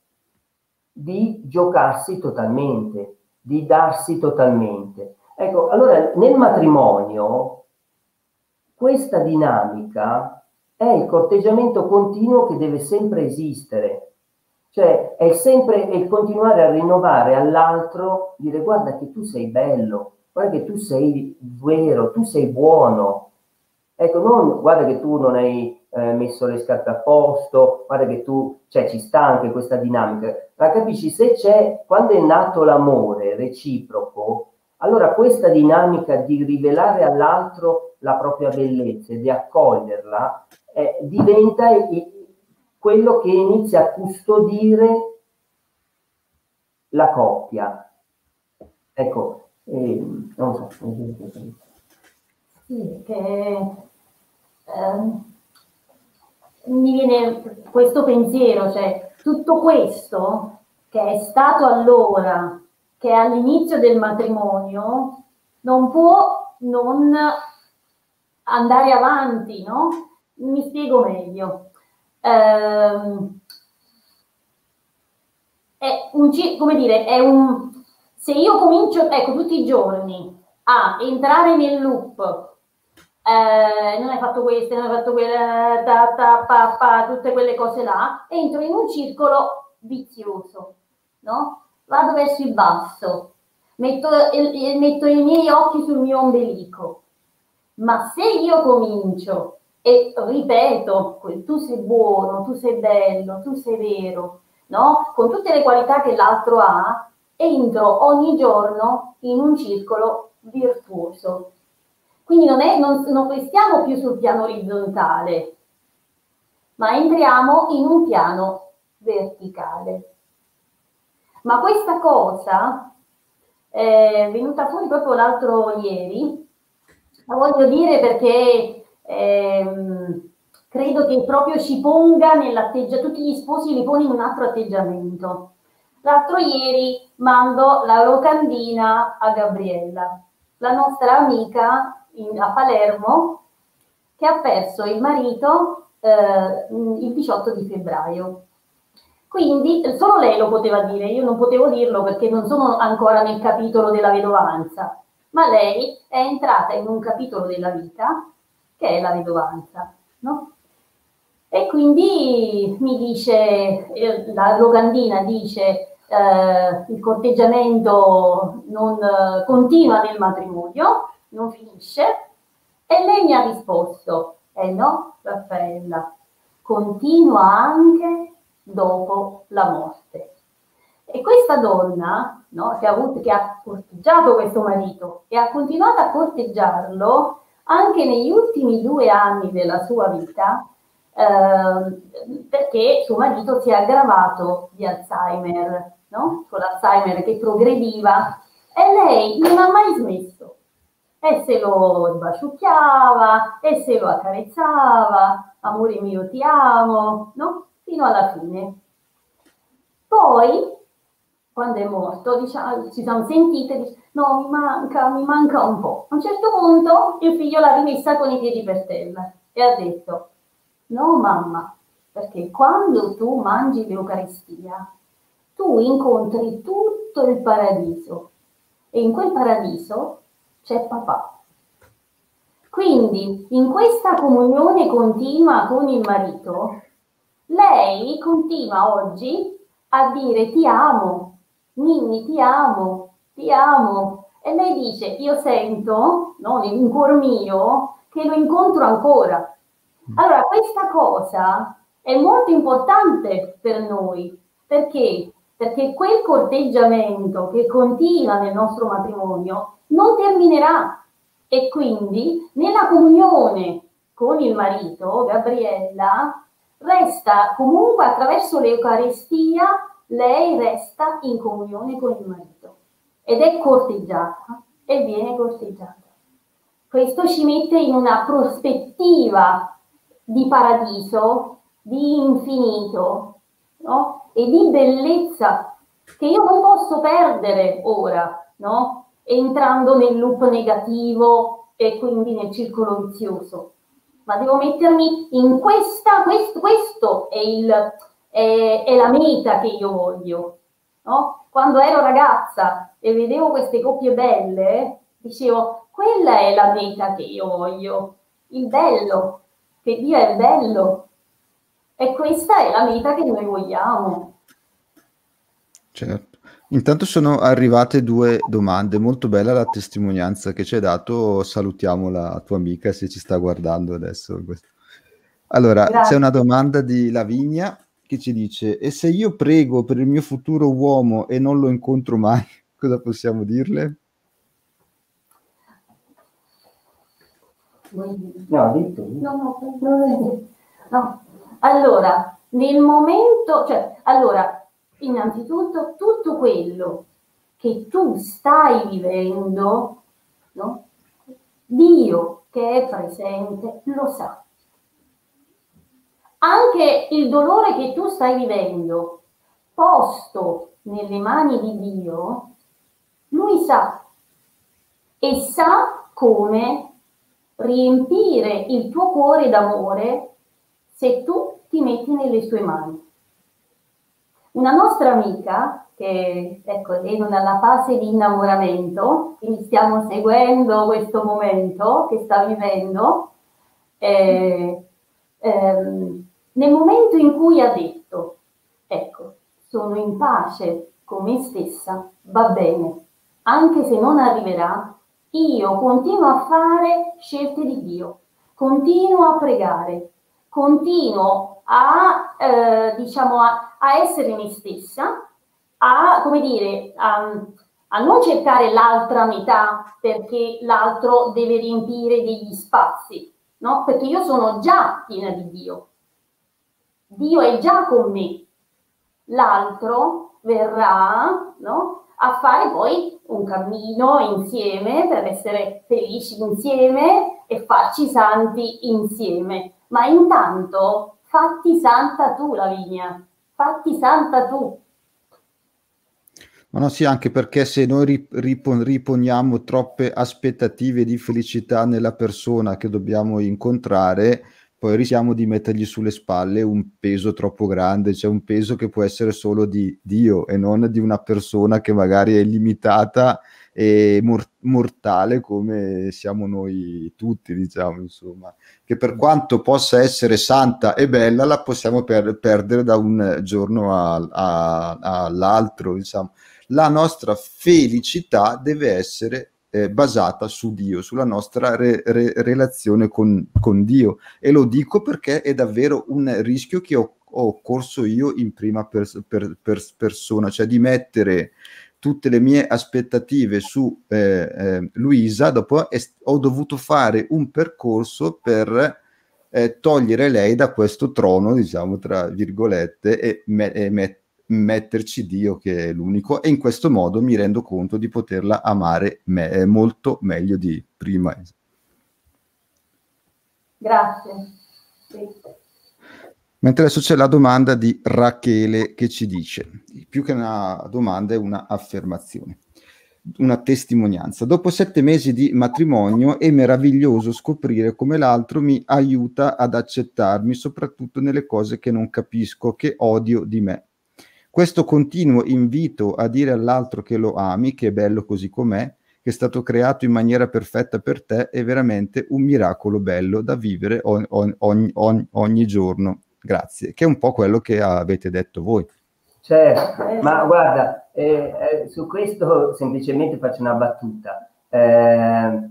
di giocarsi totalmente, di darsi totalmente. Ecco, allora nel matrimonio questa dinamica è il corteggiamento continuo che deve sempre esistere, cioè è sempre il continuare a rinnovare all'altro, dire: guarda che tu sei bello, guarda che tu sei vero, tu sei buono. Ecco, non guarda che tu non hai eh, messo le scarpe a posto, guarda che tu, cioè ci sta anche questa dinamica, ma capisci, se c'è, quando è nato l'amore reciproco, allora questa dinamica di rivelare all'altro la propria bellezza e di accoglierla eh, diventa quello che inizia a custodire la coppia. Ecco, eh, non so. Sì, che eh, mi viene questo pensiero, cioè tutto questo che è stato allora, che è all'inizio del matrimonio, non può non andare avanti, no? Mi spiego meglio. Ehm, è un, come dire, è un, se io comincio, ecco, tutti i giorni a entrare nel loop, eh, non hai fatto questo, non hai fatto quelle, ta, ta, pa, pa, tutte quelle cose là, entro in un circolo vizioso, no? Vado verso il basso, metto, il, metto i miei occhi sul mio ombelico, ma se io comincio e ripeto, tu sei buono, tu sei bello, tu sei vero, no? Con tutte le qualità che l'altro ha, entro ogni giorno in un circolo virtuoso. Quindi non, è, non, non restiamo più sul piano orizzontale, ma entriamo in un piano verticale. Ma questa cosa è venuta fuori proprio l'altro ieri, la voglio dire perché ehm, credo che proprio ci ponga nell'atteggiamento, tutti gli sposi li pone in un altro atteggiamento. L'altro ieri mando la locandina a Gabriella, la nostra amica in, a Palermo, che ha perso il marito eh, il diciotto di febbraio. Quindi solo lei lo poteva dire, io non potevo dirlo perché non sono ancora nel capitolo della vedovanza, ma lei è entrata in un capitolo della vita che è la vedovanza, no? E quindi mi dice, la locandina dice, eh, il corteggiamento non eh, continua nel matrimonio, non finisce, e lei mi ha risposto, eh no, Raffaella, continua anche dopo la morte. E questa donna, no, che, ha avuto, che ha corteggiato questo marito e ha continuato a corteggiarlo anche negli ultimi due anni della sua vita, eh, perché suo marito si è aggravato di Alzheimer, no? Con l'Alzheimer che progrediva, e lei non ha mai smesso. E se lo sbaciucchiava, e se lo accarezzava, amore mio ti amo, no? Fino alla fine. Poi, quando è morto, diciamo, ci siamo sentite, dice, no, mi manca, mi manca un po'. A un certo punto il figlio l'ha rimessa con i piedi per terra e ha detto, no mamma, perché quando tu mangi l'Eucaristia, tu incontri tutto il paradiso e in quel paradiso c'è papà. Quindi in questa comunione continua con il marito, lei continua oggi a dire ti amo, Ninni ti amo, ti amo. E lei dice io sento, no, in cuor mio, che lo incontro ancora. Allora questa cosa è molto importante per noi. Perché? Perché quel corteggiamento che continua nel nostro matrimonio non terminerà. E quindi nella comunione con il marito, Gabriella, resta comunque attraverso l'Eucaristia, lei resta in comunione con il marito ed è corteggiata e viene corteggiata. Questo ci mette in una prospettiva di paradiso, di infinito, no? E di bellezza che io non posso perdere ora, no? Entrando nel loop negativo e quindi nel circolo vizioso, ma devo mettermi in questa, questo, questo è, il, è, è la meta che io voglio, no? Quando ero ragazza e vedevo queste coppie belle, dicevo, quella è la meta che io voglio, il bello, che Dio è bello, e questa è la meta che noi vogliamo. Certo. Intanto sono arrivate due domande, molto bella la testimonianza che ci hai dato, salutiamo la tua amica se ci sta guardando adesso. Allora, Grazie. c'è una domanda di Lavinia che ci dice: e se io prego per il mio futuro uomo e non lo incontro mai, cosa possiamo dirle? No, detto. No, no, no, no. Allora, nel momento, cioè, allora, innanzitutto, tutto quello che tu stai vivendo, no? Dio che è presente lo sa. Anche il dolore che tu stai vivendo, posto nelle mani di Dio, Lui sa. E sa come riempire il tuo cuore d'amore se tu ti metti nelle sue mani. Una nostra amica, che ecco, è nella fase di innamoramento, quindi stiamo seguendo questo momento che sta vivendo, eh, ehm, nel momento in cui ha detto, ecco, sono in pace con me stessa, va bene, anche se non arriverà, io continuo a fare scelte di Dio, continuo a pregare, continuo a, eh, diciamo, a, a essere me stessa, a, come dire, a, a non cercare l'altra metà perché l'altro deve riempire degli spazi, no? Perché io sono già piena di Dio. Dio è già con me. L'altro verrà, no? A fare poi un cammino insieme per essere felici insieme e farci santi insieme. Ma intanto fatti santa tu, Lavinia, fatti santa tu. Ma no, sì, anche perché se noi rip- ripon- riponiamo troppe aspettative di felicità nella persona che dobbiamo incontrare, poi rischiamo di mettergli sulle spalle un peso troppo grande, cioè un peso che può essere solo di Dio e non di una persona che magari è limitata e mor- mortale come siamo noi tutti, diciamo, insomma, che per quanto possa essere santa e bella, la possiamo per- perdere da un giorno a- a- all'altro, diciamo. La nostra felicità deve essere eh, basata su Dio, sulla nostra re- re- relazione con, con Dio. E lo dico perché è davvero un rischio che ho, ho corso io in prima pers- per, per persona, cioè di mettere tutte le mie aspettative su eh, eh, Luisa. Dopo est- ho dovuto fare un percorso per eh, togliere lei da questo trono, diciamo, tra virgolette, e, me- e mettere metterci Dio che è l'unico, e in questo modo mi rendo conto di poterla amare me- molto meglio di prima. Grazie. Sì. Mentre adesso c'è la domanda di Rachele che ci dice, più che una domanda è una affermazione, una testimonianza. Dopo sette mesi di matrimonio è meraviglioso scoprire come l'altro mi aiuta ad accettarmi, soprattutto nelle cose che non capisco, che odio di me. Questo continuo invito a dire all'altro che lo ami, che è bello così com'è, che è stato creato in maniera perfetta per te, è veramente un miracolo bello da vivere ogni, ogni, ogni, ogni giorno. Grazie, che è un po' quello che avete detto voi. Certo, ma guarda, eh, eh, su questo semplicemente faccio una battuta, eh,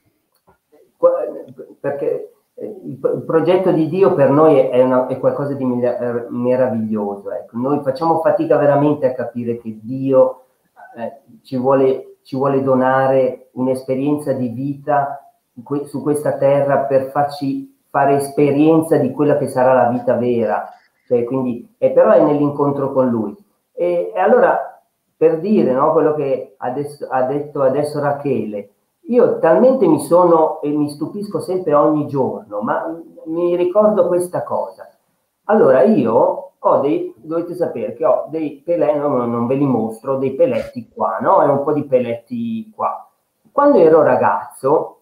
perché il, il progetto di Dio per noi è, una, è qualcosa di meraviglioso. Ecco. Noi facciamo fatica veramente a capire che Dio eh, ci, vuole, ci vuole donare un'esperienza di vita su questa terra per farci fare esperienza di quella che sarà la vita vera. Cioè, quindi, e però è nell'incontro con Lui. E, e allora, per dire, no, quello che adesso, ha detto adesso Rachele, io talmente mi sono e mi stupisco sempre ogni giorno, ma mi ricordo questa cosa. Allora io ho dei, dovete sapere che ho dei peletti, no, non ve li mostro, dei peletti qua, no? E un po' di peletti qua. Quando ero ragazzo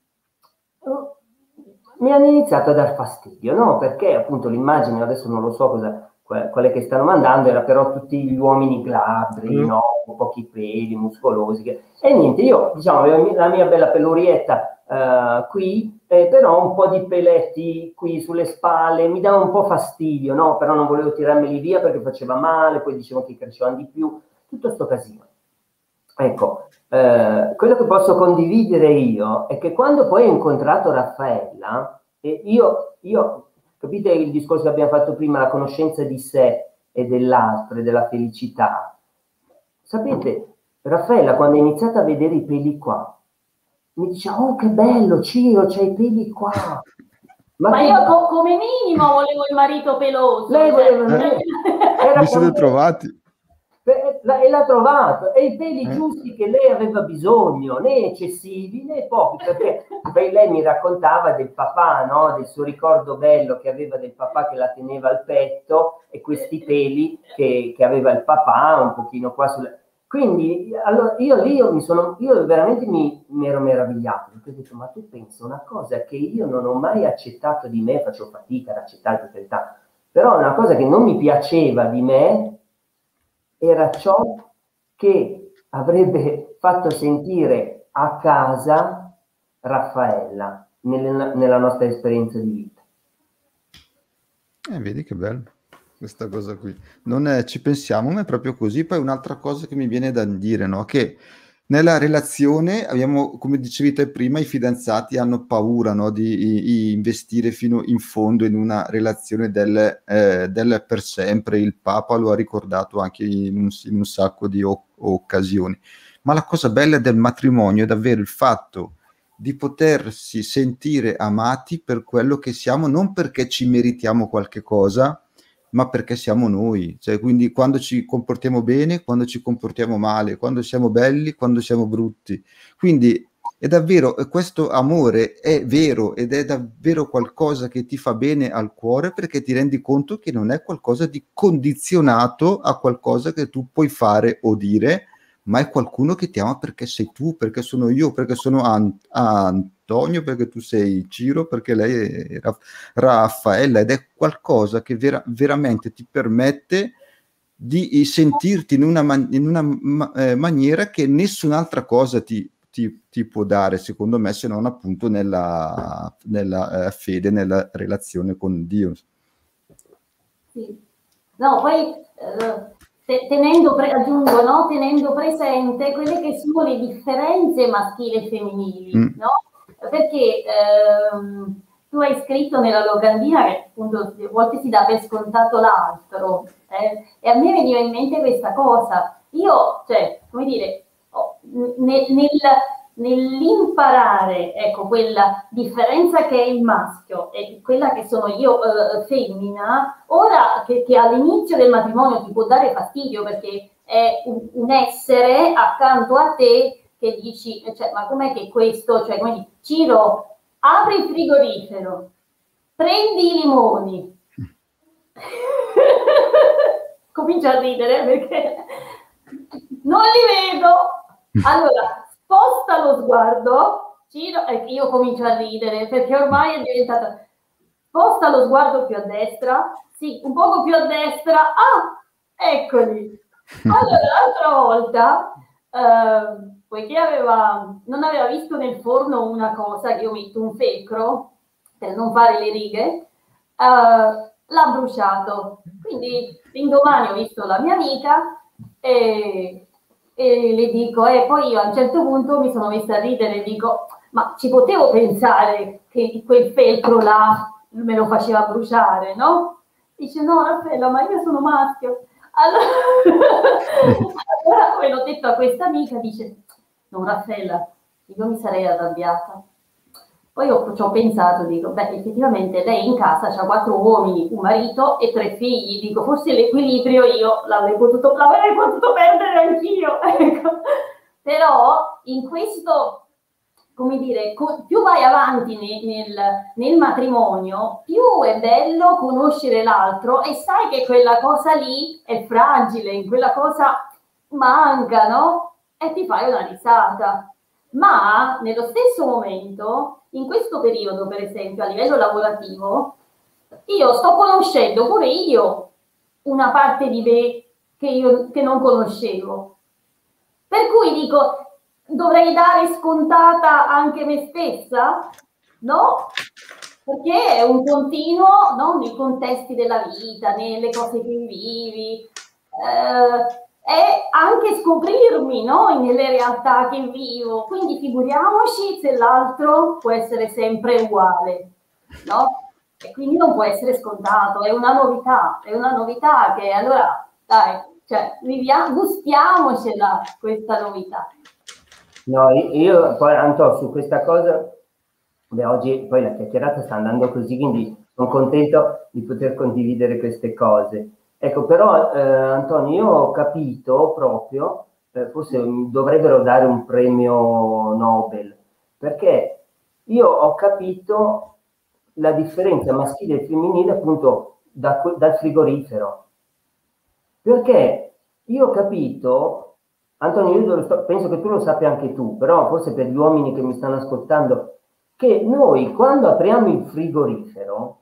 mi hanno iniziato a dar fastidio, no? Perché appunto l'immagine, adesso non lo so cosa, quelle che stanno mandando, era però tutti gli uomini glabri, mm. no? Con pochi peli, muscolosi. Che... E niente, io diciamo avevo la mia bella pelurietta uh, qui, eh, però un po' di peletti qui sulle spalle, mi dava un po' fastidio, no? Però non volevo tirarmeli via perché faceva male, poi dicevano che crescevano di più. tutto sto casino. Ecco, eh, quello che posso condividere io è che quando poi ho incontrato Raffaella, e io, io, capite il discorso che abbiamo fatto prima, la conoscenza di sé e dell'altro e della felicità. Sapete, Raffaella quando ha iniziato a vedere i peli qua, mi dice, oh che bello Ciro, c'hai i peli qua. Ma, Ma io co come minimo volevo il marito peloso. Lei voleva, eh, era vi siete trovati? E l'ha trovato, e i peli eh. giusti che lei aveva bisogno, né eccessivi né pochi, perché poi lei mi raccontava del papà, no? Del suo ricordo bello che aveva del papà che la teneva al petto e questi peli che, che aveva il papà un pochino qua sulla... Quindi allora, io lì io mi sono, io veramente mi, mi ero meravigliato, perché ho detto, ma tu pensa una cosa che io non ho mai accettato di me, faccio fatica ad accettare per carità, però una cosa che non mi piaceva di me era ciò che avrebbe fatto sentire a casa Raffaella nelle, nella nostra esperienza di vita. Eh, vedi che bello questa cosa qui. Non è, ci pensiamo, ma è proprio così. Poi un'altra cosa che mi viene da dire, no? Che nella relazione abbiamo, come dicevi te prima, i fidanzati hanno paura, no? di, di investire fino in fondo in una relazione del, eh, del per sempre. Il Papa lo ha ricordato anche in un, in un sacco di o- occasioni. Ma la cosa bella del matrimonio è davvero il fatto di potersi sentire amati per quello che siamo, non perché ci meritiamo qualche cosa, ma perché siamo noi, cioè quindi quando ci comportiamo bene, quando ci comportiamo male, quando siamo belli, quando siamo brutti. Quindi è davvero, questo amore è vero ed è davvero qualcosa che ti fa bene al cuore, perché ti rendi conto che non è qualcosa di condizionato a qualcosa che tu puoi fare o dire, ma è qualcuno che ti ama perché sei tu, perché sono io, perché sono An- Antonio, perché tu sei Ciro, perché lei è Ra- Raffaella, ed è qualcosa che vera- veramente ti permette di sentirti in una, man- in una ma- eh, maniera che nessun'altra cosa ti, ti, ti può dare, secondo me, se non appunto nella, nella eh, fede, nella relazione con Dio. Sì. No, poi... Uh... Tenendo, aggiungo, no? Tenendo presente quelle che sono le differenze maschili e femminili, mm. no? Perché ehm, tu hai scritto nella locandina che appunto a volte si dà per scontato l'altro, eh? E a me veniva in mente questa cosa. Io, cioè, come dire, oh, nel, nel nell'imparare, ecco, quella differenza che è il maschio e quella che sono io eh, femmina, ora che, che all'inizio del matrimonio ti può dare fastidio perché è un, un essere accanto a te che dici, cioè, ma com'è che questo, cioè, come dici, Ciro, apri il frigorifero, prendi i limoni, comincia a ridere perché non li vedo, allora sposta lo sguardo, Ciro, e io comincio a ridere perché ormai è diventata, sposta lo sguardo più a destra, sì, un poco più a destra, ah, eccoli. Allora, l'altra volta, eh, poiché aveva, non aveva visto nel forno una cosa, che io metto un felcro per non fare le righe, eh, l'ha bruciato. Quindi l'indomani ho visto la mia amica e... e le dico, e eh, poi io a un certo punto mi sono messa a ridere e dico, ma ci potevo pensare che quel feltro là me lo faceva bruciare, no? Dice, no Raffaella, ma io sono maschio. Allora, allora come l'ho detto a questa amica, dice, no Raffaella, io mi sarei arrabbiata. Poi ho, ci ho pensato, dico, beh, effettivamente lei in casa ha quattro uomini, un marito e tre figli, dico, forse l'equilibrio io l'avrei potuto, l'avrei potuto perdere anch'io, ecco. Però in questo, come dire, più vai avanti nel, nel, nel matrimonio, più è bello conoscere l'altro e sai che quella cosa lì è fragile, in quella cosa manca, no? E ti fai una risata. Ma nello stesso momento, in questo periodo, per esempio, a livello lavorativo, io sto conoscendo pure io una parte di me che io che non conoscevo. Per cui dico, dovrei dare scontata anche me stessa? No? Perché è un continuo, no? Nei contesti della vita, nelle cose che vivi. Eh, e anche scoprirmi, no? Nelle realtà che vivo. Quindi figuriamoci se l'altro può essere sempre uguale, no? E quindi non può essere scontato, è una novità, è una novità che allora, dai, cioè, viviamo, gustiamocela questa novità. No, io poi Anto, su questa cosa, beh, oggi poi la chiacchierata sta andando così, quindi sono contento di poter condividere queste cose. Ecco, però eh, Antonio, io ho capito proprio, eh, forse mi dovrebbero dare un premio Nobel, perché io ho capito la differenza maschile e femminile appunto da, dal frigorifero. Perché io ho capito, Antonio, io sto, penso che tu lo sappia anche tu, però forse per gli uomini che mi stanno ascoltando, che noi quando apriamo il frigorifero,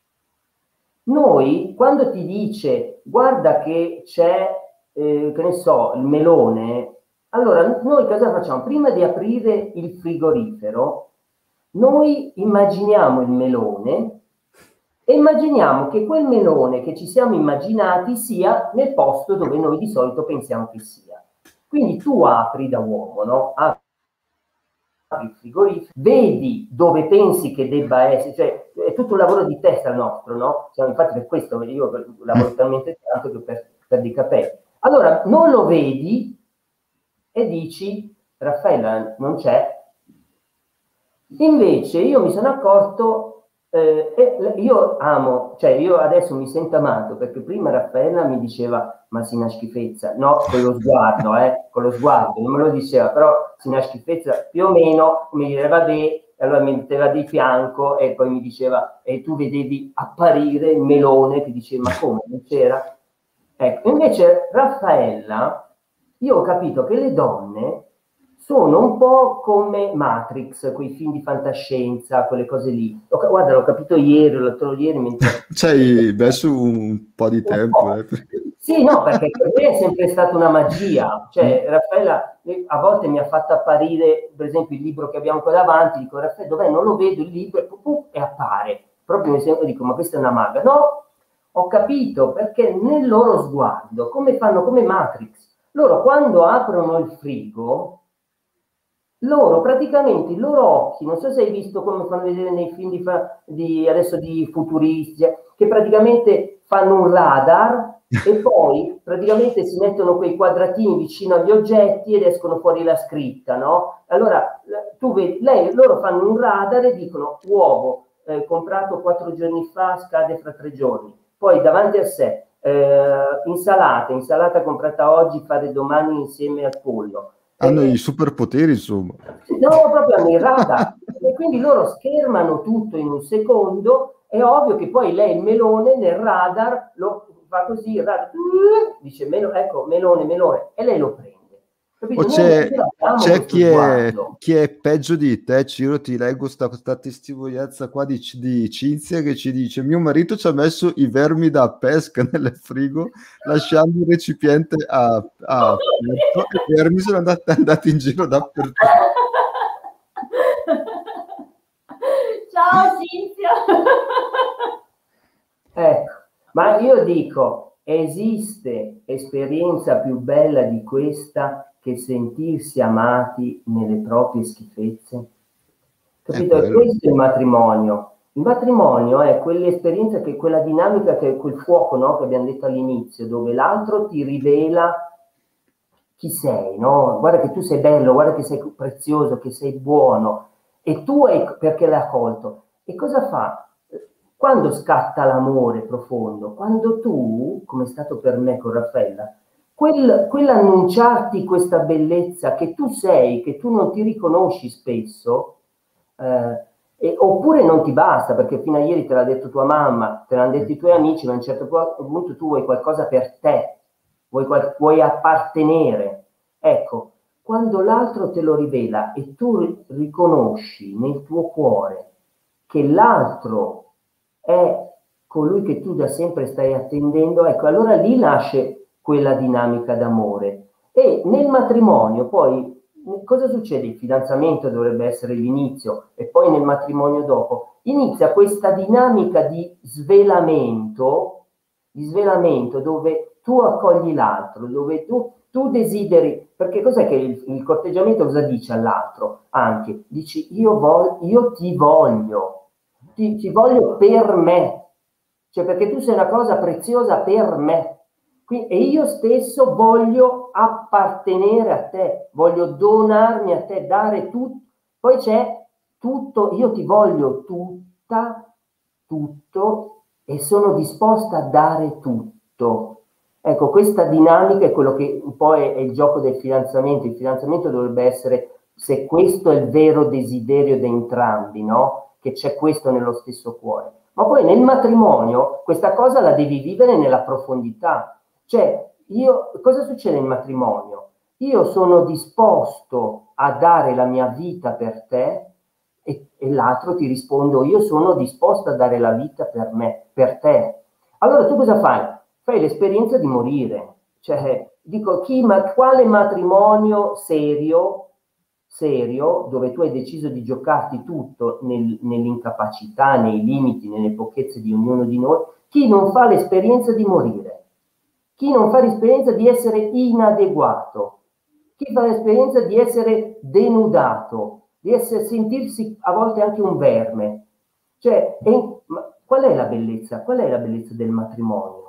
noi quando ti dice guarda che c'è, eh, che ne so, il melone, allora noi cosa facciamo? Prima di aprire il frigorifero, noi immaginiamo il melone e immaginiamo che quel melone che ci siamo immaginati sia nel posto dove noi di solito pensiamo che sia. Quindi tu apri da uomo, no? Apri il frigorifero, vedi dove pensi che debba essere, cioè è tutto un lavoro di testa il nostro, no? Cioè, infatti per questo io lavoro talmente tanto che per, per i capelli. Allora non lo vedi e dici Raffaella non c'è. Invece io mi sono accorto, eh, e io amo, cioè io adesso mi sento amato, perché prima Raffaella mi diceva ma si una schifezza, no, con lo sguardo, eh, con lo sguardo, non me lo diceva, però si una schifezza più o meno, come dire, vabbè, allora mi metteva di fianco e poi mi diceva, e tu vedevi apparire il melone, ti diceva ma come, non c'era? Ecco, invece Raffaella, io ho capito che le donne sono un po' come Matrix, quei film di fantascienza, quelle cose lì. Guarda, l'ho capito ieri, l'altro ieri. Mentre... Ci hai messo un po' di un tempo. Po'. Eh. Sì, no, perché per me è sempre stata una magia. Cioè, Raffaella a volte mi ha fatto apparire, per esempio, il libro che abbiamo qua davanti, dico, Raffaella, dov'è? Non lo vedo il libro, e, pum, e appare. Proprio mi sembra, dico, ma questa è una maga. No, ho capito, perché nel loro sguardo, come fanno, come Matrix, loro quando aprono il frigo, loro praticamente i loro occhi, non so se hai visto come fanno vedere nei film di, di adesso di futuristi, che praticamente fanno un radar e poi praticamente si mettono quei quadratini vicino agli oggetti ed escono fuori la scritta, no? Allora tu vedi, lei, loro fanno un radar e dicono uovo eh, comprato quattro giorni fa, scade fra tre giorni, poi davanti a sé eh, insalata, insalata comprata oggi, fare domani insieme al pollo. Hanno eh, i superpoteri, insomma. No, proprio hanno il radar. E quindi loro schermano tutto in un secondo. È ovvio che poi lei il melone nel radar lo fa così, il radar dice melo, ecco, melone, melone, e lei lo prende. O c'è, c'è chi, è, chi è peggio di te, Ciro, ti leggo sta, questa testimonianza qua di, di Cinzia che ci dice: mio marito ci ha messo i vermi da pesca nel frigo lasciando il recipiente a, a aperto e i vermi sono andati, andati in giro dappertutto. Ciao Cinzia. Ecco, ma io dico, esiste esperienza più bella di questa che sentirsi amati nelle proprie schifezze? Capito? È questo il matrimonio. Il matrimonio è quell'esperienza, che quella dinamica, che è quel fuoco, no? Che abbiamo detto all'inizio, dove l'altro ti rivela chi sei, no? Guarda che tu sei bello, guarda che sei prezioso, che sei buono, e tu hai, perché l'hai accolto. E cosa fa? Quando scatta l'amore profondo? Quando tu, come è stato per me con Raffaella, Quel, quell'annunciarti questa bellezza che tu sei, che tu non ti riconosci spesso, eh, e, oppure non ti basta, perché fino a ieri te l'ha detto tua mamma, te l'hanno detto i tuoi amici, ma a un certo punto tu vuoi qualcosa per te, vuoi, vuoi appartenere. Ecco, quando l'altro te lo rivela e tu riconosci nel tuo cuore che l'altro è colui che tu da sempre stai attendendo, ecco, allora lì nasce quella dinamica d'amore. E nel matrimonio poi cosa succede? Il fidanzamento dovrebbe essere l'inizio e poi nel matrimonio dopo inizia questa dinamica di svelamento di svelamento, dove tu accogli l'altro, dove tu, tu desideri, perché cos'è che il, il corteggiamento cosa dice all'altro? Anche, dici io, voglio, io ti voglio, ti, ti voglio per me, cioè perché tu sei una cosa preziosa per me, quindi, e io stesso voglio appartenere a te, voglio donarmi a te, dare tutto, poi c'è tutto, io ti voglio tutta, tutto, e sono disposta a dare tutto. Ecco, questa dinamica è quello che un po' è, è il gioco del fidanzamento. Il fidanzamento dovrebbe essere, se questo è il vero desiderio di entrambi, no? Che c'è questo nello stesso cuore. Ma poi nel matrimonio questa cosa la devi vivere nella profondità. Cioè, io, cosa succede nel matrimonio? Io sono disposto a dare la mia vita per te, e, e l'altro ti rispondo, io sono disposto a dare la vita per me, per te. Allora tu cosa fai? Fai l'esperienza di morire. Cioè, dico, chi, ma, quale matrimonio serio, serio, dove tu hai deciso di giocarti tutto nel, nell'incapacità, nei limiti, nelle pochezze di ognuno di noi, chi non fa l'esperienza di morire? Chi non fa l'esperienza di essere inadeguato? Chi fa l'esperienza di essere denudato? Di essere, sentirsi a volte anche un verme. Cioè, è, ma qual è la bellezza? Qual è la bellezza del matrimonio?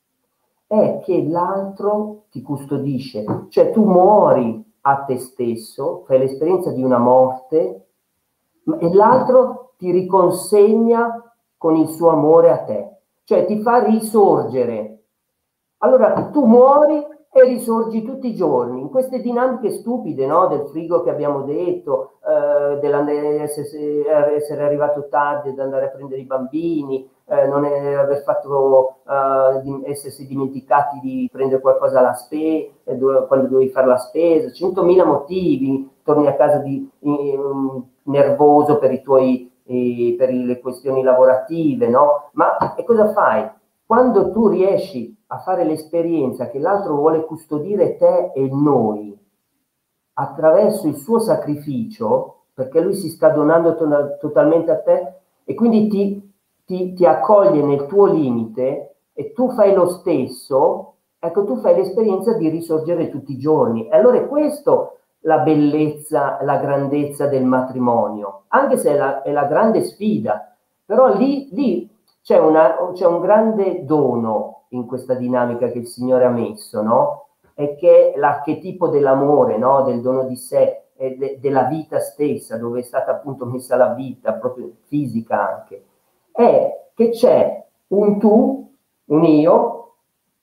È che l'altro ti custodisce, cioè tu muori a te stesso, fai l'esperienza di una morte, e l'altro ti riconsegna con il suo amore a te, cioè ti fa risorgere. Allora tu muori e risorgi tutti i giorni in queste dinamiche stupide, no? Del frigo che abbiamo detto, eh, dell'essere essere arrivato tardi, di andare a prendere i bambini, eh, non è, aver fatto, eh, di, essersi dimenticati di prendere qualcosa alla spesa, eh, quando dovevi fare la spesa, centomila motivi, torni a casa di, eh, nervoso per i tuoi, eh, per le questioni lavorative, no? Ma e cosa fai? Quando tu riesci a fare l'esperienza che l'altro vuole custodire te e noi attraverso il suo sacrificio, perché lui si sta donando to- totalmente a te e quindi ti, ti, ti accoglie nel tuo limite e tu fai lo stesso, ecco, tu fai l'esperienza di risorgere tutti i giorni. E allora è questo la bellezza, la grandezza del matrimonio, anche se è la, è la grande sfida, però lì, lì c'è, una, c'è un grande dono in questa dinamica che il Signore ha messo, no? E che è l'archetipo dell'amore, no? Del dono di sé, e de, della vita stessa, dove è stata appunto messa la vita, proprio fisica anche, è che c'è un tu, un io,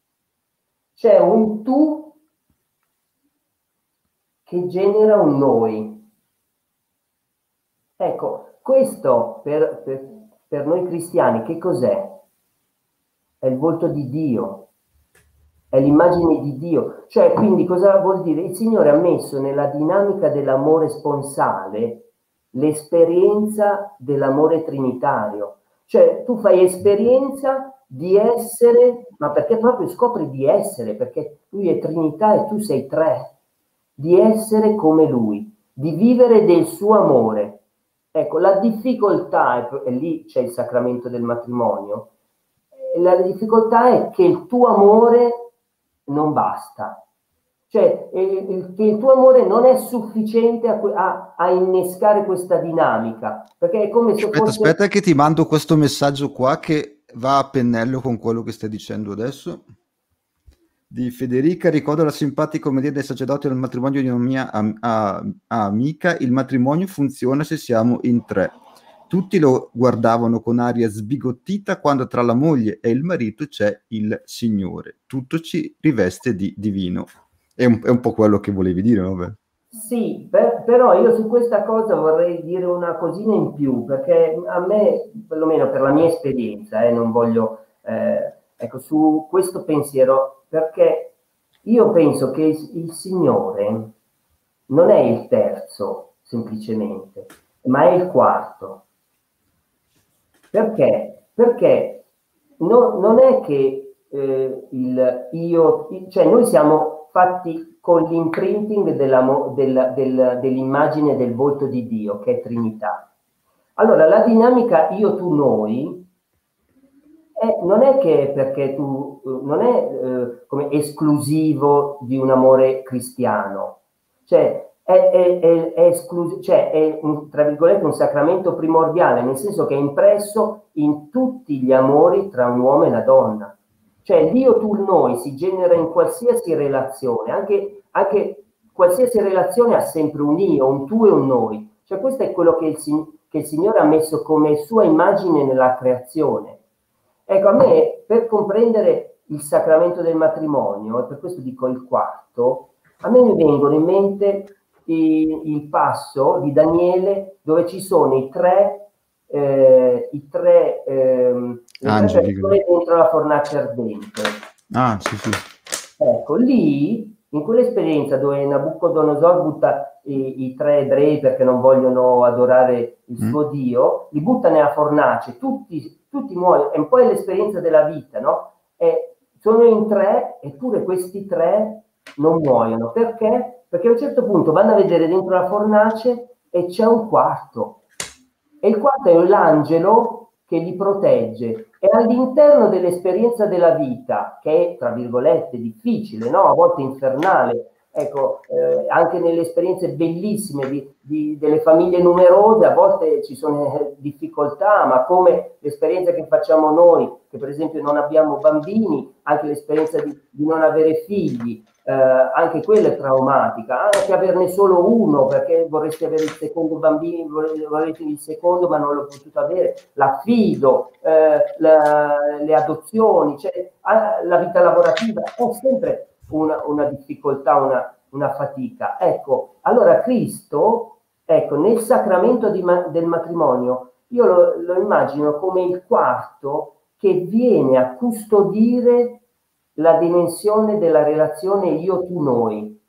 c'è un tu che genera un noi. Ecco, questo per, per, per noi cristiani che cos'è? È il volto di Dio, è l'immagine di Dio. Cioè, quindi cosa vuol dire? Il Signore ha messo nella dinamica dell'amore sponsale l'esperienza dell'amore trinitario. Cioè, tu fai esperienza di essere, ma perché proprio scopri di essere, perché Lui è Trinità e tu sei tre, di essere come Lui, di vivere del suo amore. Ecco, la difficoltà, e lì c'è il sacramento del matrimonio, la difficoltà è che il tuo amore non basta, cioè il, che il tuo amore non è sufficiente a, a, a innescare questa dinamica, perché è come se aspetta, fosse... aspetta che ti mando questo messaggio qua che va a pennello con quello che stai dicendo adesso. Di Federica: ricordo la simpatica commedia dei sacerdoti del matrimonio di una mia am- a- amica. Il matrimonio funziona se siamo in tre. Tutti lo guardavano con aria sbigottita quando tra la moglie e il marito c'è il Signore. Tutto ci riveste di divino. È un, è un po' quello che volevi dire, vabbè. Sì, per, però io su questa cosa vorrei dire una cosina in più, perché a me, perlomeno per la mia esperienza, eh, non voglio, eh, ecco, su questo pensiero, perché io penso che il, il Signore non è il terzo, semplicemente, ma è il quarto. Perché? Perché no, non è che eh, il io, cioè noi siamo fatti con l'imprinting della, del, del, dell'immagine del volto di Dio, che è Trinità. Allora, la dinamica io, tu, noi Eh, non è che perché tu, non è eh, come esclusivo di un amore cristiano, cioè è, è, è, è, esclus- cioè è un, tra virgolette un sacramento primordiale, nel senso che è impresso in tutti gli amori tra un uomo e una donna. Cioè l'io, tu, il noi si genera in qualsiasi relazione, anche, anche qualsiasi relazione ha sempre un io, un tu e un noi. Cioè questo è quello che il, che il Signore ha messo come sua immagine nella creazione. Ecco, a me per comprendere il sacramento del matrimonio, e per questo dico il quarto, a me mi vengono in mente il, il passo di Daniele dove ci sono i tre, eh, i tre, ehm, le Angeli. tre persone dentro la fornace ardente. Ah, sì, sì. Ecco, lì, in quell'esperienza dove Nabucodonosor butta i, i tre ebrei perché non vogliono adorare il suo mm. Dio, li butta nella fornace, tutti, tutti muoiono, è un po' l'esperienza della vita, no? E sono in tre, eppure questi tre non muoiono. Perché? Perché a un certo punto vanno a vedere dentro la fornace e c'è un quarto. E il quarto è l'angelo che li protegge. E all'interno dell'esperienza della vita, che è, tra virgolette, difficile, no? A volte infernale, ecco, eh, anche nelle esperienze bellissime di, di, delle famiglie numerose, a volte ci sono difficoltà, ma come l'esperienza che facciamo noi, che per esempio non abbiamo bambini, anche l'esperienza di, di non avere figli, eh, anche quella è traumatica, anche averne solo uno perché vorresti avere il secondo bambino, vorresti il secondo ma non l'ho potuto avere, l'affido, eh, la, le adozioni, cioè, la vita lavorativa è sempre una, una difficoltà, una, una fatica. Ecco, allora Cristo, ecco, nel sacramento di, del matrimonio, io lo, lo immagino come il quarto che viene a custodire la dimensione della relazione io, tu, noi.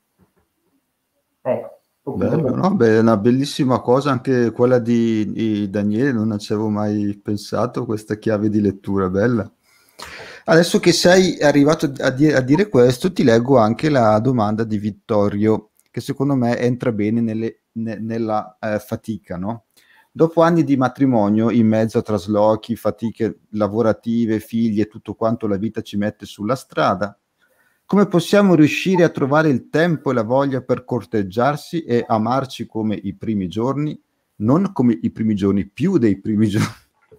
Ecco. Bello, no? Beh, è una bellissima cosa anche quella di, di Daniele, non ci avevo mai pensato, questa chiave di lettura, bella. Adesso che sei arrivato a, di- a dire questo, ti leggo anche la domanda di Vittorio, che secondo me entra bene nelle, ne, nella eh, fatica, no? Dopo anni di matrimonio, in mezzo a traslochi, fatiche lavorative, figli e tutto quanto la vita ci mette sulla strada, come possiamo riuscire a trovare il tempo e la voglia per corteggiarsi e amarci come i primi giorni, non come i primi giorni, più dei primi giorni?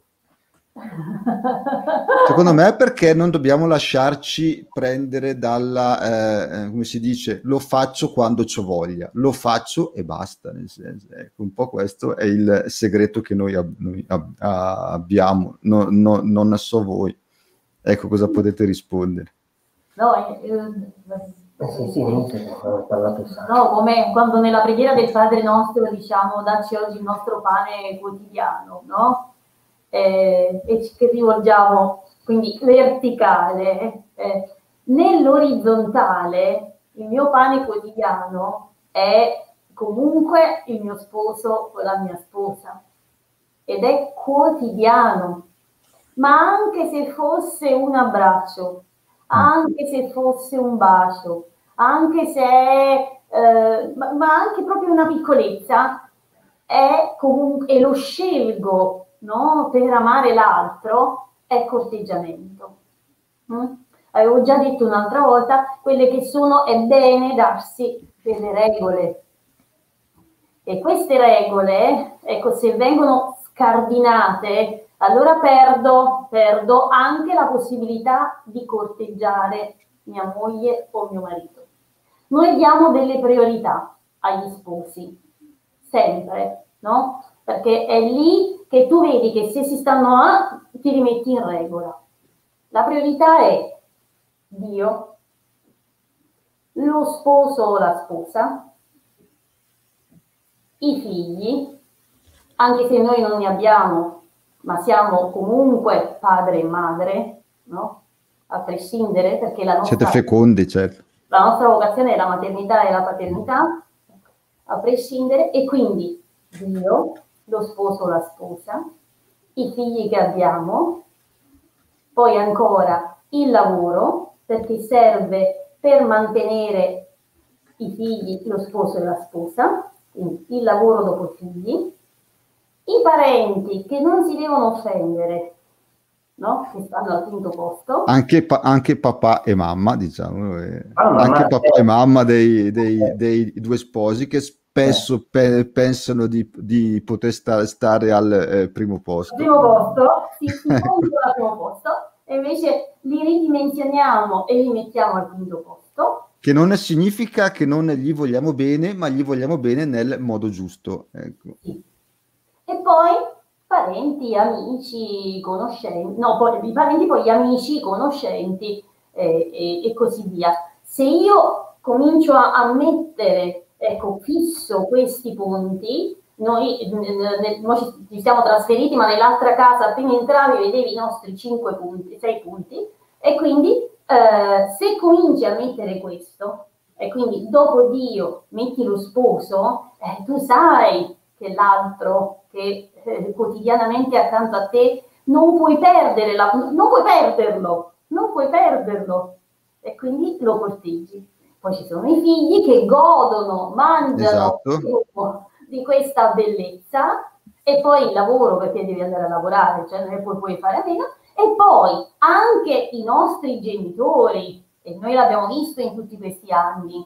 Secondo me perché non dobbiamo lasciarci prendere dalla, eh, come si dice, lo faccio quando c'ho voglia, lo faccio e basta. Nel senso, ecco, un po' questo è il segreto che noi, ab- noi ab- abbiamo, no, no, non so voi. Ecco cosa potete rispondere. No, eh, eh, sì, sì, no, come quando nella preghiera del Padre nostro diciamo dacci oggi il nostro pane quotidiano, no? Eh, e ci rivolgiamo quindi verticale. Eh, nell'orizzontale il mio pane quotidiano è comunque il mio sposo o la mia sposa ed è quotidiano, ma anche se fosse un abbraccio, anche se fosse un bacio, anche se è, eh, ma, ma anche proprio una piccolezza, è comunque, e lo scelgo, no, per amare l'altro, è corteggiamento. Mm? Avevo già detto un'altra volta, quelle che sono, è bene darsi delle regole. E queste regole, ecco, se vengono scardinate, allora perdo, perdo anche la possibilità di corteggiare mia moglie o mio marito. Noi diamo delle priorità agli sposi, sempre, no? Perché è lì che tu vedi che se si stanno a, ti rimetti in regola. La priorità è Dio, lo sposo o la sposa, i figli, anche se noi non ne abbiamo, ma siamo comunque padre e madre, no? A prescindere, perché la nostra, siete fecondi, certo. La nostra vocazione è la maternità e la paternità, a prescindere, e quindi Dio, lo sposo o la sposa, i figli che abbiamo, poi ancora il lavoro, perché serve per mantenere i figli, lo sposo e la sposa, quindi il lavoro dopo i figli, i parenti che non si devono offendere, no? Che stanno al quinto posto. Anche, pa- anche papà e mamma, diciamo, eh, Ah, ma- anche ma- papà e mamma dei, dei- dei due sposi che spesso pe- pensano di, di poter sta- stare al eh, primo Al posto. primo posto, si, si pongono al primo posto, e invece li ridimensioniamo e li mettiamo al quinto posto. Che non significa che non gli vogliamo bene, ma gli vogliamo bene nel modo giusto. Ecco. Sì. E poi parenti, amici, conoscenti, no, poi i parenti, poi gli amici, conoscenti eh, e, e così via. Se io comincio a, a mettere, ecco, fisso questi punti, noi, n- n- noi ci, ci siamo trasferiti, ma nell'altra casa appena entravi vedevi i nostri cinque punti, sei punti, e quindi eh, se cominci a mettere questo, e quindi dopo Dio metti lo sposo, eh, tu sai che l'altro che eh, quotidianamente è accanto a te non puoi perdere la, non puoi perderlo, non puoi perderlo, e quindi lo corteggi. Poi ci sono i figli che godono, mangiano Esatto. di questa bellezza, e poi il lavoro, perché devi andare a lavorare, cioè non è poi puoi fare a meno, e poi anche i nostri genitori, e noi l'abbiamo visto in tutti questi anni,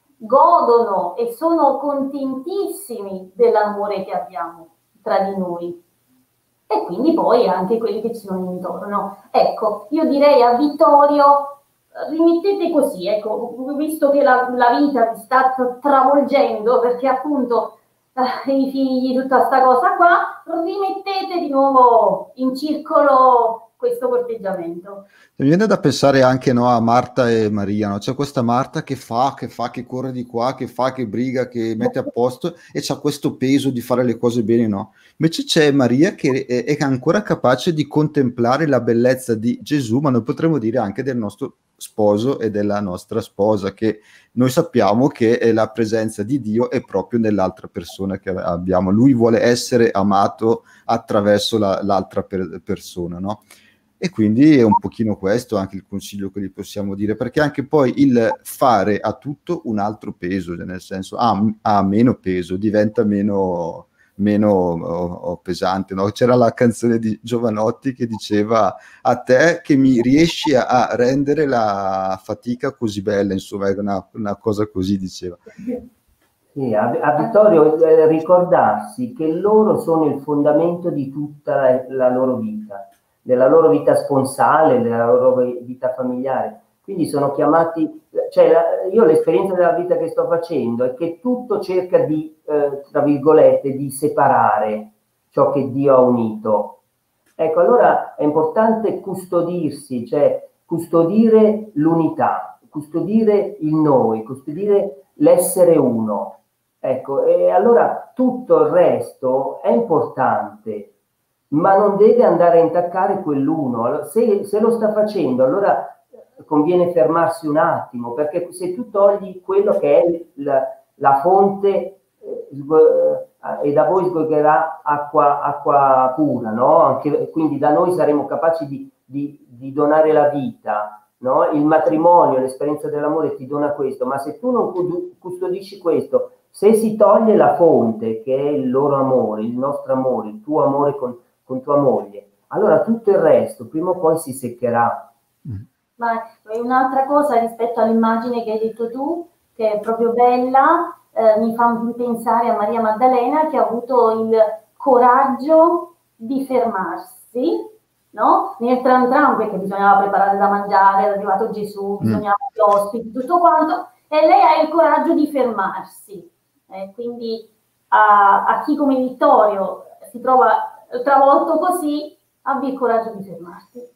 godono e sono contentissimi dell'amore che abbiamo tra di noi, e quindi poi anche quelli che ci sono intorno. Ecco, io direi a Vittorio, rimettete così, ecco, visto che la, la vita vi sta travolgendo, perché appunto eh, i figli, tutta sta cosa qua, rimettete di nuovo in circolo questo corteggiamento. Mi viene da pensare anche, no, a Marta e Maria, no? C'è questa Marta che fa, che fa, che corre di qua, che fa, che briga, che mette a posto, e c'ha questo peso di fare le cose bene, no? Invece c'è Maria che è, è ancora capace di contemplare la bellezza di Gesù, ma noi potremmo dire anche del nostro sposo e della nostra sposa, che noi sappiamo che è la presenza di Dio è proprio nell'altra persona che abbiamo. Lui vuole essere amato attraverso la, l'altra per, persona, no? E quindi è un pochino questo anche il consiglio che gli possiamo dire, perché anche poi il fare ha tutto un altro peso, cioè nel senso ha, ha meno peso, diventa meno, meno oh, oh, pesante, no? C'era la canzone di Giovanotti che diceva: a te che mi riesci a, a rendere la fatica così bella, insomma, era una, una cosa così, diceva. Sì, a, a Vittorio eh, ricordarsi che loro sono il fondamento di tutta la, la loro vita, della loro vita sponsale, della loro vita familiare. Quindi sono chiamati, cioè la, io l'esperienza della vita che sto facendo è che tutto cerca di, eh, tra virgolette, di separare ciò che Dio ha unito. Ecco, allora è importante custodirsi, cioè custodire l'unità, custodire il noi, custodire l'essere uno. Ecco, e allora tutto il resto è importante, ma non deve andare a intaccare quell'uno. Allora, se, se lo sta facendo, allora conviene fermarsi un attimo, perché se tu togli quello che è la, la fonte eh, e da voi sgorgerà acqua, acqua pura, no? Anche, quindi da noi saremo capaci di, di, di donare la vita, no? Il matrimonio, l'esperienza dell'amore ti dona questo, ma se tu non custodisci questo, se si toglie la fonte che è il loro amore, il nostro amore, il tuo amore con, con tua moglie, allora tutto il resto prima o poi si seccherà. Ma un'altra cosa rispetto all'immagine che hai detto tu, che è proprio bella, eh, mi fa pensare a Maria Maddalena, che ha avuto il coraggio di fermarsi, no? Nel tram tram, perché bisognava preparare da mangiare, era arrivato Gesù, bisognava gli ospiti, tutto quanto, e lei ha il coraggio di fermarsi. Eh, quindi a, a chi come Vittorio si trova travolto così, abbia il coraggio di fermarsi.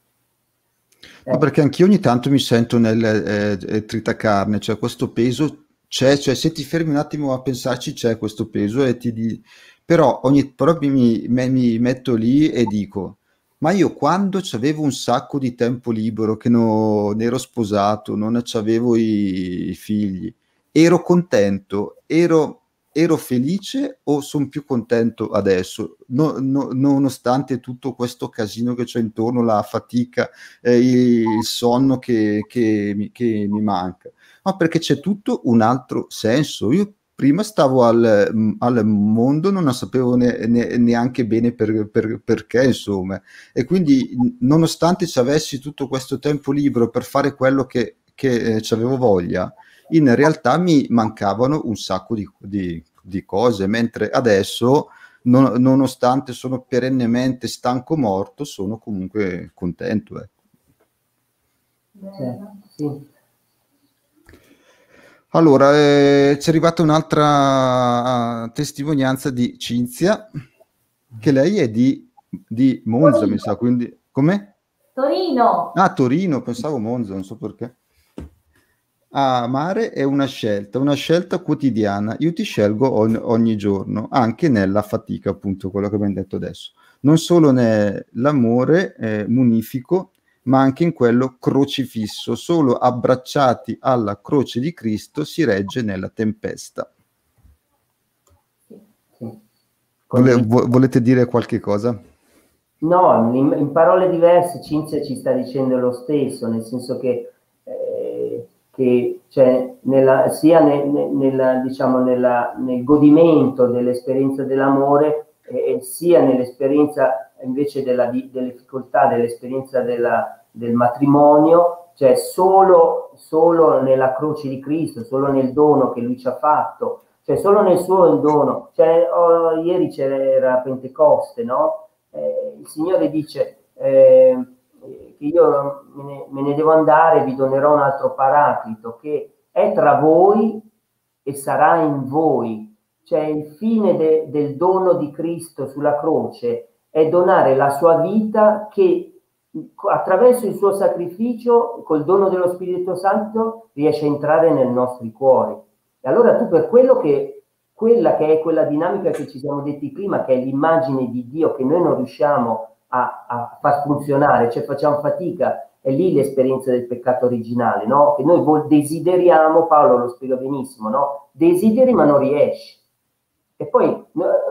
Ma perché anch'io ogni tanto mi sento nel eh, eh, tritacarne, cioè questo peso c'è, cioè se ti fermi un attimo a pensarci c'è questo peso e ti di... però, ogni, però mi, mi, mi metto lì e dico, ma io quando c'avevo un sacco di tempo libero, che non ero sposato, non c'avevo i, i figli, ero contento, ero... ero felice o sono più contento adesso, no, no, nonostante tutto questo casino che c'è intorno, la fatica, eh, il sonno che, che, mi, che mi manca? Ma perché c'è tutto un altro senso. Io prima stavo al, al mondo, non sapevo ne, ne, neanche bene per, per, perché, insomma, e quindi nonostante ci avessi tutto questo tempo libero per fare quello che, che eh, ci avevo voglia, in realtà mi mancavano un sacco di, di, di cose, mentre adesso, non, nonostante sono perennemente stanco morto, sono comunque contento. Eh. Sì, sì. Allora, eh, ci è arrivata un'altra testimonianza di Cinzia, che lei è di, di Monza, Torino. Mi sa, quindi... Com'è? Torino! Ah, Torino, pensavo Monza, non so perché. Amare è una scelta, una scelta quotidiana. Io ti scelgo ogni, ogni giorno, anche nella fatica, appunto, quello che abbiamo detto adesso. Non solo nell'amore eh, munifico, ma anche in quello crocifisso. Solo abbracciati alla croce di Cristo si regge nella tempesta. Sì. Vole, vo, volete dire qualche cosa? No, in, in parole diverse Cinzia ci sta dicendo lo stesso, nel senso che, eh, che cioè, nella, sia nel, nella, diciamo, nella, nel godimento dell'esperienza dell'amore, eh, sia nell'esperienza invece della, delle difficoltà dell'esperienza della, del matrimonio, cioè solo, solo nella croce di Cristo, solo nel dono che lui ci ha fatto, cioè solo nel suo dono. Cioè, oh, ieri c'era Pentecoste, no? Eh, il Signore dice eh, che io me ne, me ne devo andare, vi donerò un altro paraclito che è tra voi e sarà in voi. Cioè il fine de, del dono di Cristo sulla croce è donare la sua vita, che attraverso il suo sacrificio, col dono dello Spirito Santo, riesce a entrare nei nostri cuori. E allora tu, per quello che quella che è quella dinamica che ci siamo detti prima, che è l'immagine di Dio che noi non riusciamo a, a far funzionare, cioè facciamo fatica, è lì l'esperienza del peccato originale, no? Che noi desideriamo, Paolo lo spiega benissimo, no? Desideri ma non riesci. E poi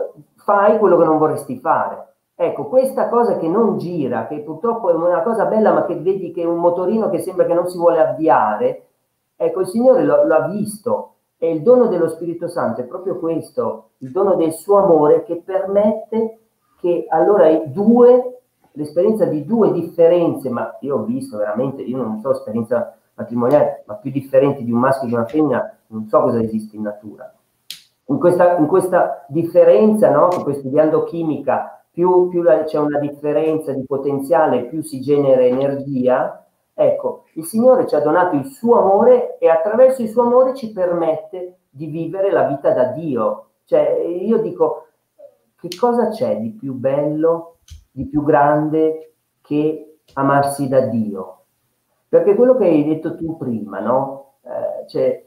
fai quello che non vorresti fare. Ecco, questa cosa che non gira, che purtroppo è una cosa bella, ma che vedi che è un motorino che sembra che non si vuole avviare, ecco, il Signore lo, lo ha visto. E il dono dello Spirito Santo è proprio questo, il dono del suo amore, che permette che allora i due, l'esperienza di due differenze, ma io ho visto veramente, io non so esperienza matrimoniale, ma più differenti di un maschio e di una femmina, non so cosa esiste in natura. In questa, in questa differenza, no, che poi studiando chimica, più, più c'è una differenza di potenziale, più si genera energia. Ecco, il Signore ci ha donato il suo amore e attraverso il suo amore ci permette di vivere la vita da Dio. Cioè, io dico, che cosa c'è di più bello, di più grande che amarsi da Dio? Perché quello che hai detto tu prima, no? Eh, cioè,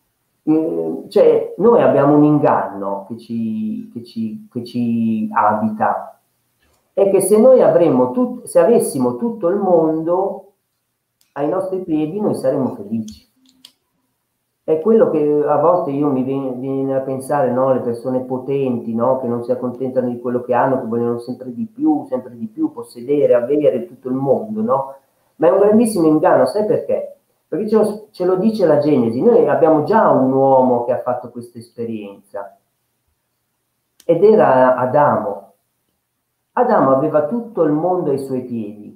eh, cioè, noi abbiamo un inganno che ci, che ci, che ci abita, è che se noi avremmo tut, se avessimo tutto il mondo ai nostri piedi, noi saremmo felici. È quello che a volte io mi viene, viene a pensare, no? Le persone potenti, no? Che non si accontentano di quello che hanno, che vogliono sempre di più, sempre di più, possedere, avere tutto il mondo, no? Ma è un grandissimo inganno, sai perché? Perché ce lo, ce lo dice la Genesi, noi abbiamo già un uomo che ha fatto questa esperienza, ed era Adamo. Adamo aveva tutto il mondo ai suoi piedi.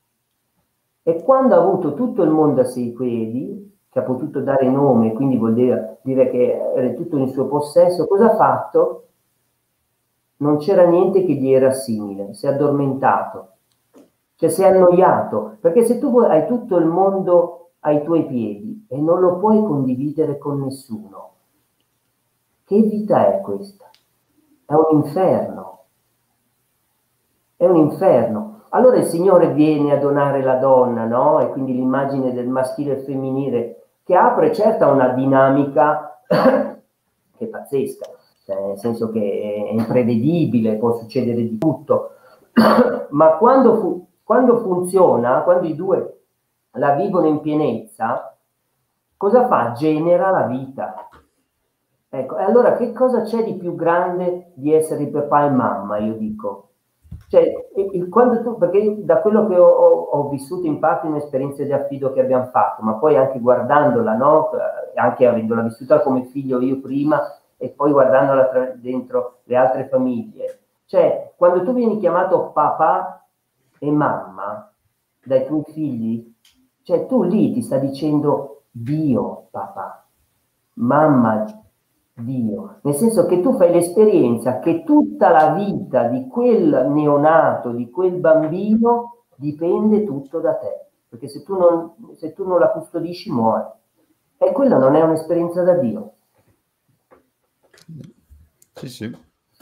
E quando ha avuto tutto il mondo a sei piedi, che ha potuto dare nome, quindi vuol dire, dire che era tutto in suo possesso, cosa ha fatto? Non c'era niente che gli era simile, si è addormentato, cioè si è annoiato, perché se tu hai tutto il mondo ai tuoi piedi e non lo puoi condividere con nessuno, che vita è questa? È un inferno, è un inferno. Allora il Signore viene a donare la donna, no? E quindi l'immagine del maschile e femminile, che apre certa una dinamica che è pazzesca, cioè, nel senso che è imprevedibile, può succedere di tutto, ma quando, fu, quando funziona, quando i due la vivono in pienezza, cosa fa? Genera la vita. Ecco, e allora che cosa c'è di più grande di essere papà e mamma, io dico? Cioè, il, quando tu, perché da quello che ho, ho vissuto in parte in esperienze di affido che abbiamo fatto, ma poi anche guardandola, no? Anche avendola vissuta come figlio io prima e poi guardandola tra, dentro le altre famiglie. Cioè, quando tu vieni chiamato papà e mamma dai tuoi figli, cioè tu lì ti sta dicendo Dio papà, mamma Dio, nel senso che tu fai l'esperienza che tutta la vita di quel neonato, di quel bambino, dipende tutto da te, perché se tu non, se tu non la custodisci muore, e quella non è un'esperienza da Dio. Sì, sì.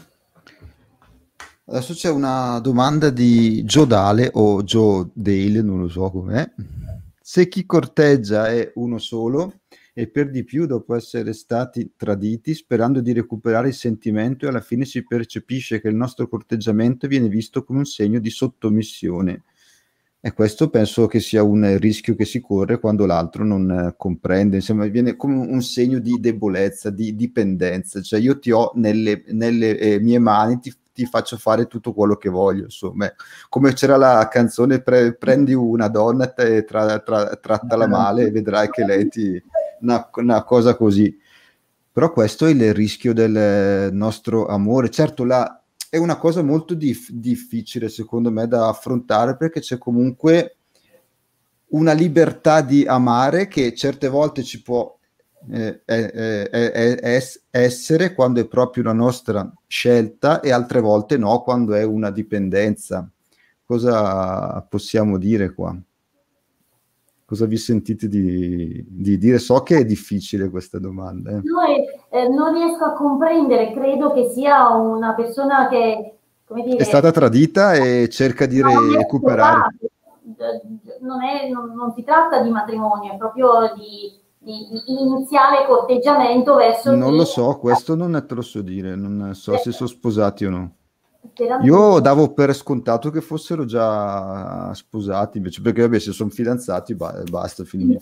Adesso c'è una domanda di Joe Dale o Joe Dale, non lo so com'è. Se chi corteggia è uno solo e per di più dopo essere stati traditi, sperando di recuperare il sentimento, e alla fine si percepisce che il nostro corteggiamento viene visto come un segno di sottomissione. E questo penso che sia un rischio che si corre quando l'altro non eh, comprende, insomma, viene come un segno di debolezza, di dipendenza, cioè io ti ho nelle, nelle eh, mie mani, ti, ti faccio fare tutto quello che voglio, insomma, come c'era la canzone pre, prendi una donna e tra, tra, trattala male e vedrai che lei ti... Una, una cosa così. Però questo è il rischio del nostro amore. Certo, la è una cosa molto dif- difficile secondo me da affrontare, perché c'è comunque una libertà di amare che certe volte ci può eh, eh, eh, eh, essere quando è proprio una nostra scelta, e altre volte no, quando è una dipendenza. Cosa possiamo dire qua? Cosa vi sentite di, di dire? So che è difficile questa domanda. Eh. No, eh, non riesco a comprendere, credo che sia una persona che, come dire, è stata tradita e cerca di non recuperare. Non, è, non, non si tratta di matrimonio, è proprio di, di, di iniziale corteggiamento verso... Non chi... lo so, questo non te lo so dire, non so se sono sposati o no. Sperando Io che... davo per scontato che fossero già sposati, invece, perché vabbè, se sono fidanzati ba- basta, finisce.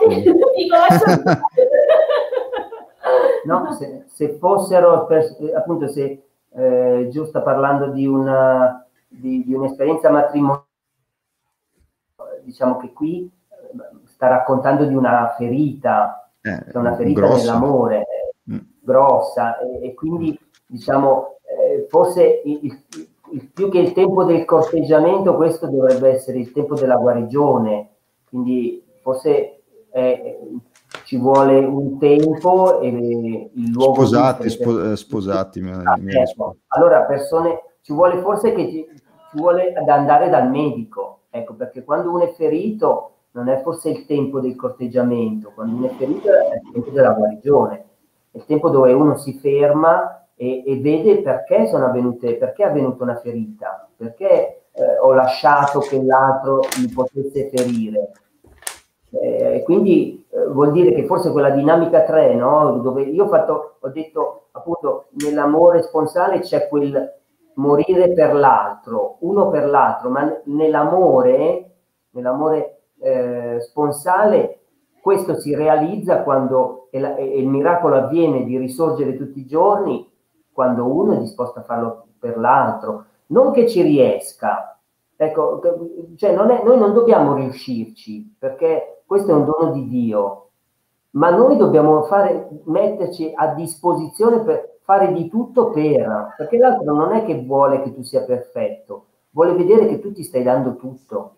No, se, se fossero, per, appunto, se eh, Giù sta parlando di una di, di un'esperienza matrimoniale, diciamo che qui sta raccontando di una ferita, eh, cioè una ferita grossa. nell'amore, mm. grossa, e, e quindi diciamo eh, forse il, il, il, più che il tempo del corteggiamento, questo dovrebbe essere il tempo della guarigione, quindi forse eh, ci vuole un tempo e il luogo sposati, spo, sposati mi, ah, mi ecco. Allora persone, ci vuole forse che ci, ci vuole ad andare dal medico, ecco, perché quando uno è ferito non è forse il tempo del corteggiamento, quando uno è ferito è il tempo della guarigione, è il tempo dove uno si ferma e, e vede perché sono avvenute, perché è avvenuta una ferita, perché eh, ho lasciato che l'altro mi potesse ferire. Eh, quindi eh, vuol dire che forse quella dinamica tre, no? Dove io ho fatto, ho detto appunto nell'amore sponsale c'è quel morire per l'altro, uno per l'altro, ma nell'amore, nell'amore eh, sponsale questo si realizza quando e, la, e il miracolo avviene di risorgere tutti i giorni quando uno è disposto a farlo per l'altro, non che ci riesca. Ecco, cioè non è, noi non dobbiamo riuscirci, perché questo è un dono di Dio, ma noi dobbiamo fare, metterci a disposizione per fare di tutto per, perché l'altro non è che vuole che tu sia perfetto, vuole vedere che tu ti stai dando tutto.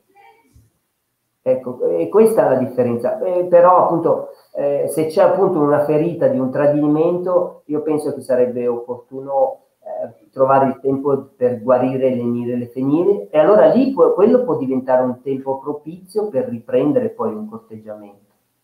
Ecco, e questa è la differenza. Eh, però appunto eh, se c'è appunto una ferita di un tradimento, io penso che sarebbe opportuno eh, trovare il tempo per guarire le mire, le fenire, e allora lì può, quello può diventare un tempo propizio per riprendere poi un corteggiamento.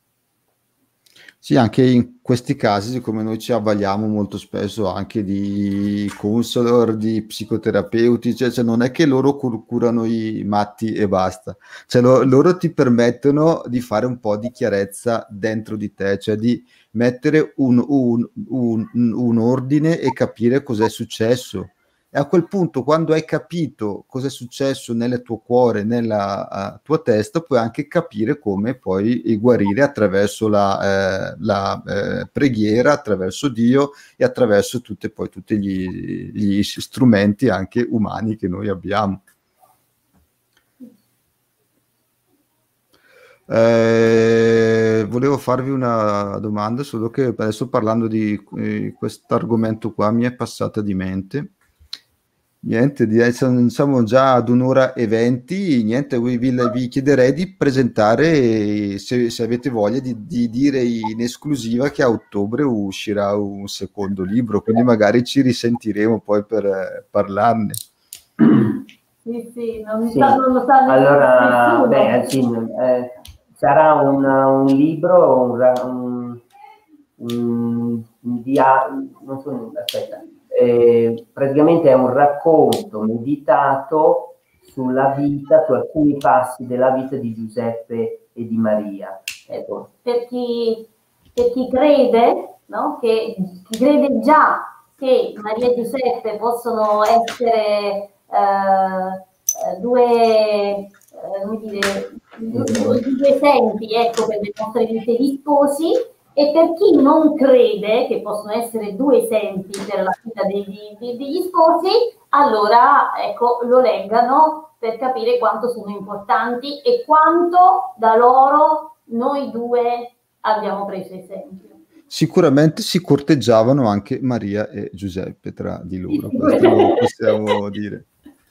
Sì, anche in questi casi, siccome noi ci avvaliamo molto spesso anche di counselor, di psicoterapeuti, cioè, cioè non è che loro cur- curano i matti e basta, cioè lo, loro ti permettono di fare un po' di chiarezza dentro di te, cioè di mettere un, un, un, un ordine e capire cos'è successo. E a quel punto, quando hai capito cosa è successo nel tuo cuore, nella uh, tua testa, puoi anche capire come poi guarire attraverso la, eh, la eh, preghiera, attraverso Dio e attraverso tutte, poi, tutti gli, gli strumenti anche umani che noi abbiamo. Eh, volevo farvi una domanda, solo che adesso parlando di eh, questo argomento qua mi è passata di mente. Niente, direi, siamo siamo già ad un'ora e venti, niente, vi, vi- vi chiederei di presentare, se, se avete voglia, di, di dire in esclusiva che a ottobre uscirà un secondo libro, quindi magari ci risentiremo poi per eh, parlarne. Sì, sì, non, Sì. sa, non lo sa Allora, nessuno. beh, sì, eh, sarà un, un libro, un, ra- un, un, un dia- non so, aspetta, eh, praticamente è un racconto meditato sulla vita, su alcuni passi della vita di Giuseppe e di Maria. Ecco. Per chi, per chi crede, no? Che chi crede già che Maria e Giuseppe possono essere eh, due, eh, come dire, due, due esempi, ecco, per le nostre vite di sposi, e per chi non crede che possono essere due esempi per la vita degli, degli sposi, allora ecco, lo leggano per capire quanto sono importanti e quanto da loro noi due abbiamo preso esempio. Sicuramente si corteggiavano anche Maria e Giuseppe tra di loro, Sì, questo lo possiamo dire.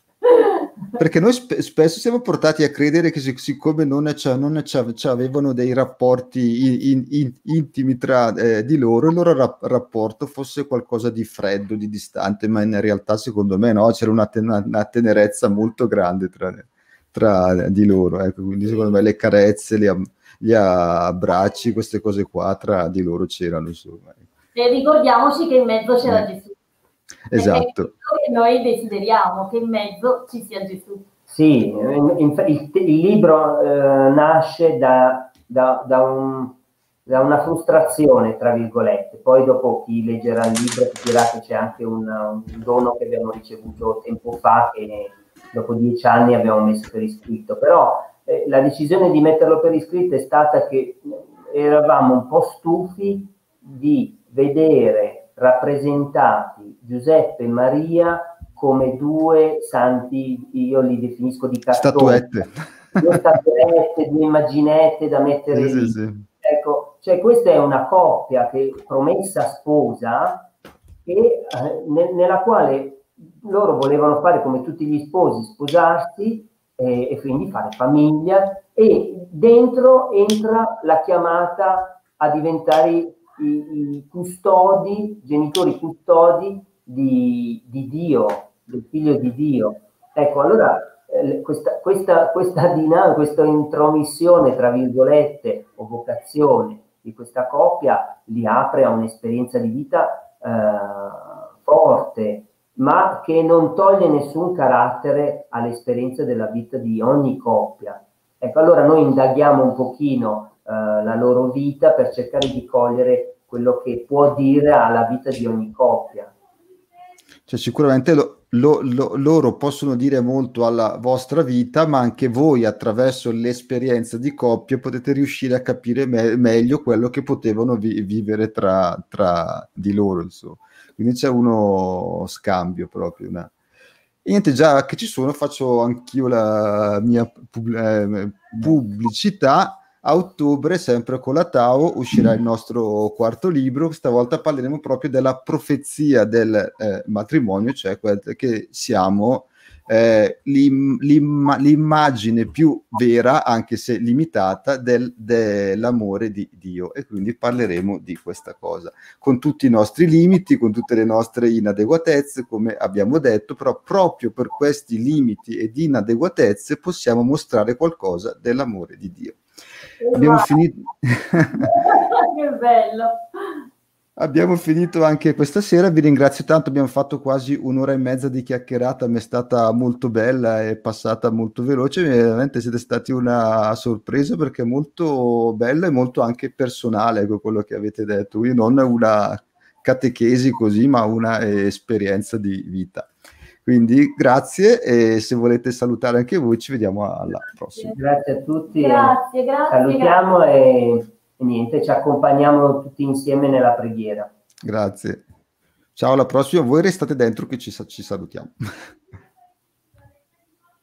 Perché noi spe- spesso siamo portati a credere che sic- siccome non, c'ha- non c'ha- c'avevano dei rapporti in- in- intimi tra eh, di loro, il loro rap- rapporto fosse qualcosa di freddo, di distante, ma in realtà secondo me no, c'era una, ten- una tenerezza molto grande tra, tra di loro, ecco, quindi secondo me le carezze, gli, am- gli abbracci, queste cose qua tra di loro c'erano, insomma. E ricordiamoci che in mezzo c'era Eh. Gesù. Esatto. È quello che noi desideriamo, che in mezzo ci sia Gesù. Sì, in- in- il, il libro eh, nasce da, da, da, un, da una frustrazione, tra virgolette. Poi dopo chi leggerà il libro capirà che c'è anche un, un dono che abbiamo ricevuto tempo fa, che dopo dieci anni abbiamo messo per iscritto. Però eh, la decisione di metterlo per iscritto è stata che eravamo un po' stufi di vedere rappresentati Giuseppe e Maria come due santi, io li definisco di cartone, Statuette. due statuette, due immaginette da mettere Sì, lì. sì, sì. Ecco, cioè questa è una coppia che promessa sposa e, eh, ne, nella quale loro volevano fare come tutti gli sposi, sposarsi eh, e quindi fare famiglia, e dentro entra la chiamata a diventare i, i custodi, genitori custodi di, di Dio, del figlio di Dio. Ecco, allora eh, questa, questa, questa dinamica, questa intromissione, tra virgolette, o vocazione di questa coppia li apre a un'esperienza di vita eh, forte, ma che non toglie nessun carattere all'esperienza della vita di ogni coppia. Ecco, allora noi indaghiamo un pochino eh, la loro vita per cercare di cogliere quello che può dire alla vita di ogni coppia. Cioè, sicuramente lo- lo- lo- loro possono dire molto alla vostra vita, ma anche voi attraverso l'esperienza di coppia potete riuscire a capire me- meglio quello che potevano vi- vivere tra, tra di loro, insomma. Quindi c'è uno scambio proprio. Una... E niente, già che ci sono, faccio anch'io la mia pub- eh, pubblicità. A ottobre, sempre con la Tao, uscirà il nostro quarto libro. Stavolta parleremo proprio della profezia del eh, matrimonio, cioè quel che siamo eh, l'im- l'imma- l'immagine più vera, anche se limitata, del- dell'amore di Dio. E quindi parleremo di questa cosa, con tutti i nostri limiti, con tutte le nostre inadeguatezze, come abbiamo detto, però proprio per questi limiti ed inadeguatezze possiamo mostrare qualcosa dell'amore di Dio. Abbiamo finito. Che bello. Abbiamo finito anche questa sera, vi ringrazio tanto, abbiamo fatto quasi un'ora e mezza di chiacchierata, mi è stata molto bella e passata molto veloce, veramente siete stati una sorpresa perché è molto bello e molto anche personale quello che avete detto, quindi non una catechesi così, ma una esperienza di vita. Quindi grazie, e se volete salutare anche voi ci vediamo alla prossima. Grazie a tutti. Grazie, grazie. Salutiamo grazie. E, e niente, ci accompagniamo tutti insieme nella preghiera. Grazie. Ciao, alla prossima. Voi restate dentro che ci, ci salutiamo.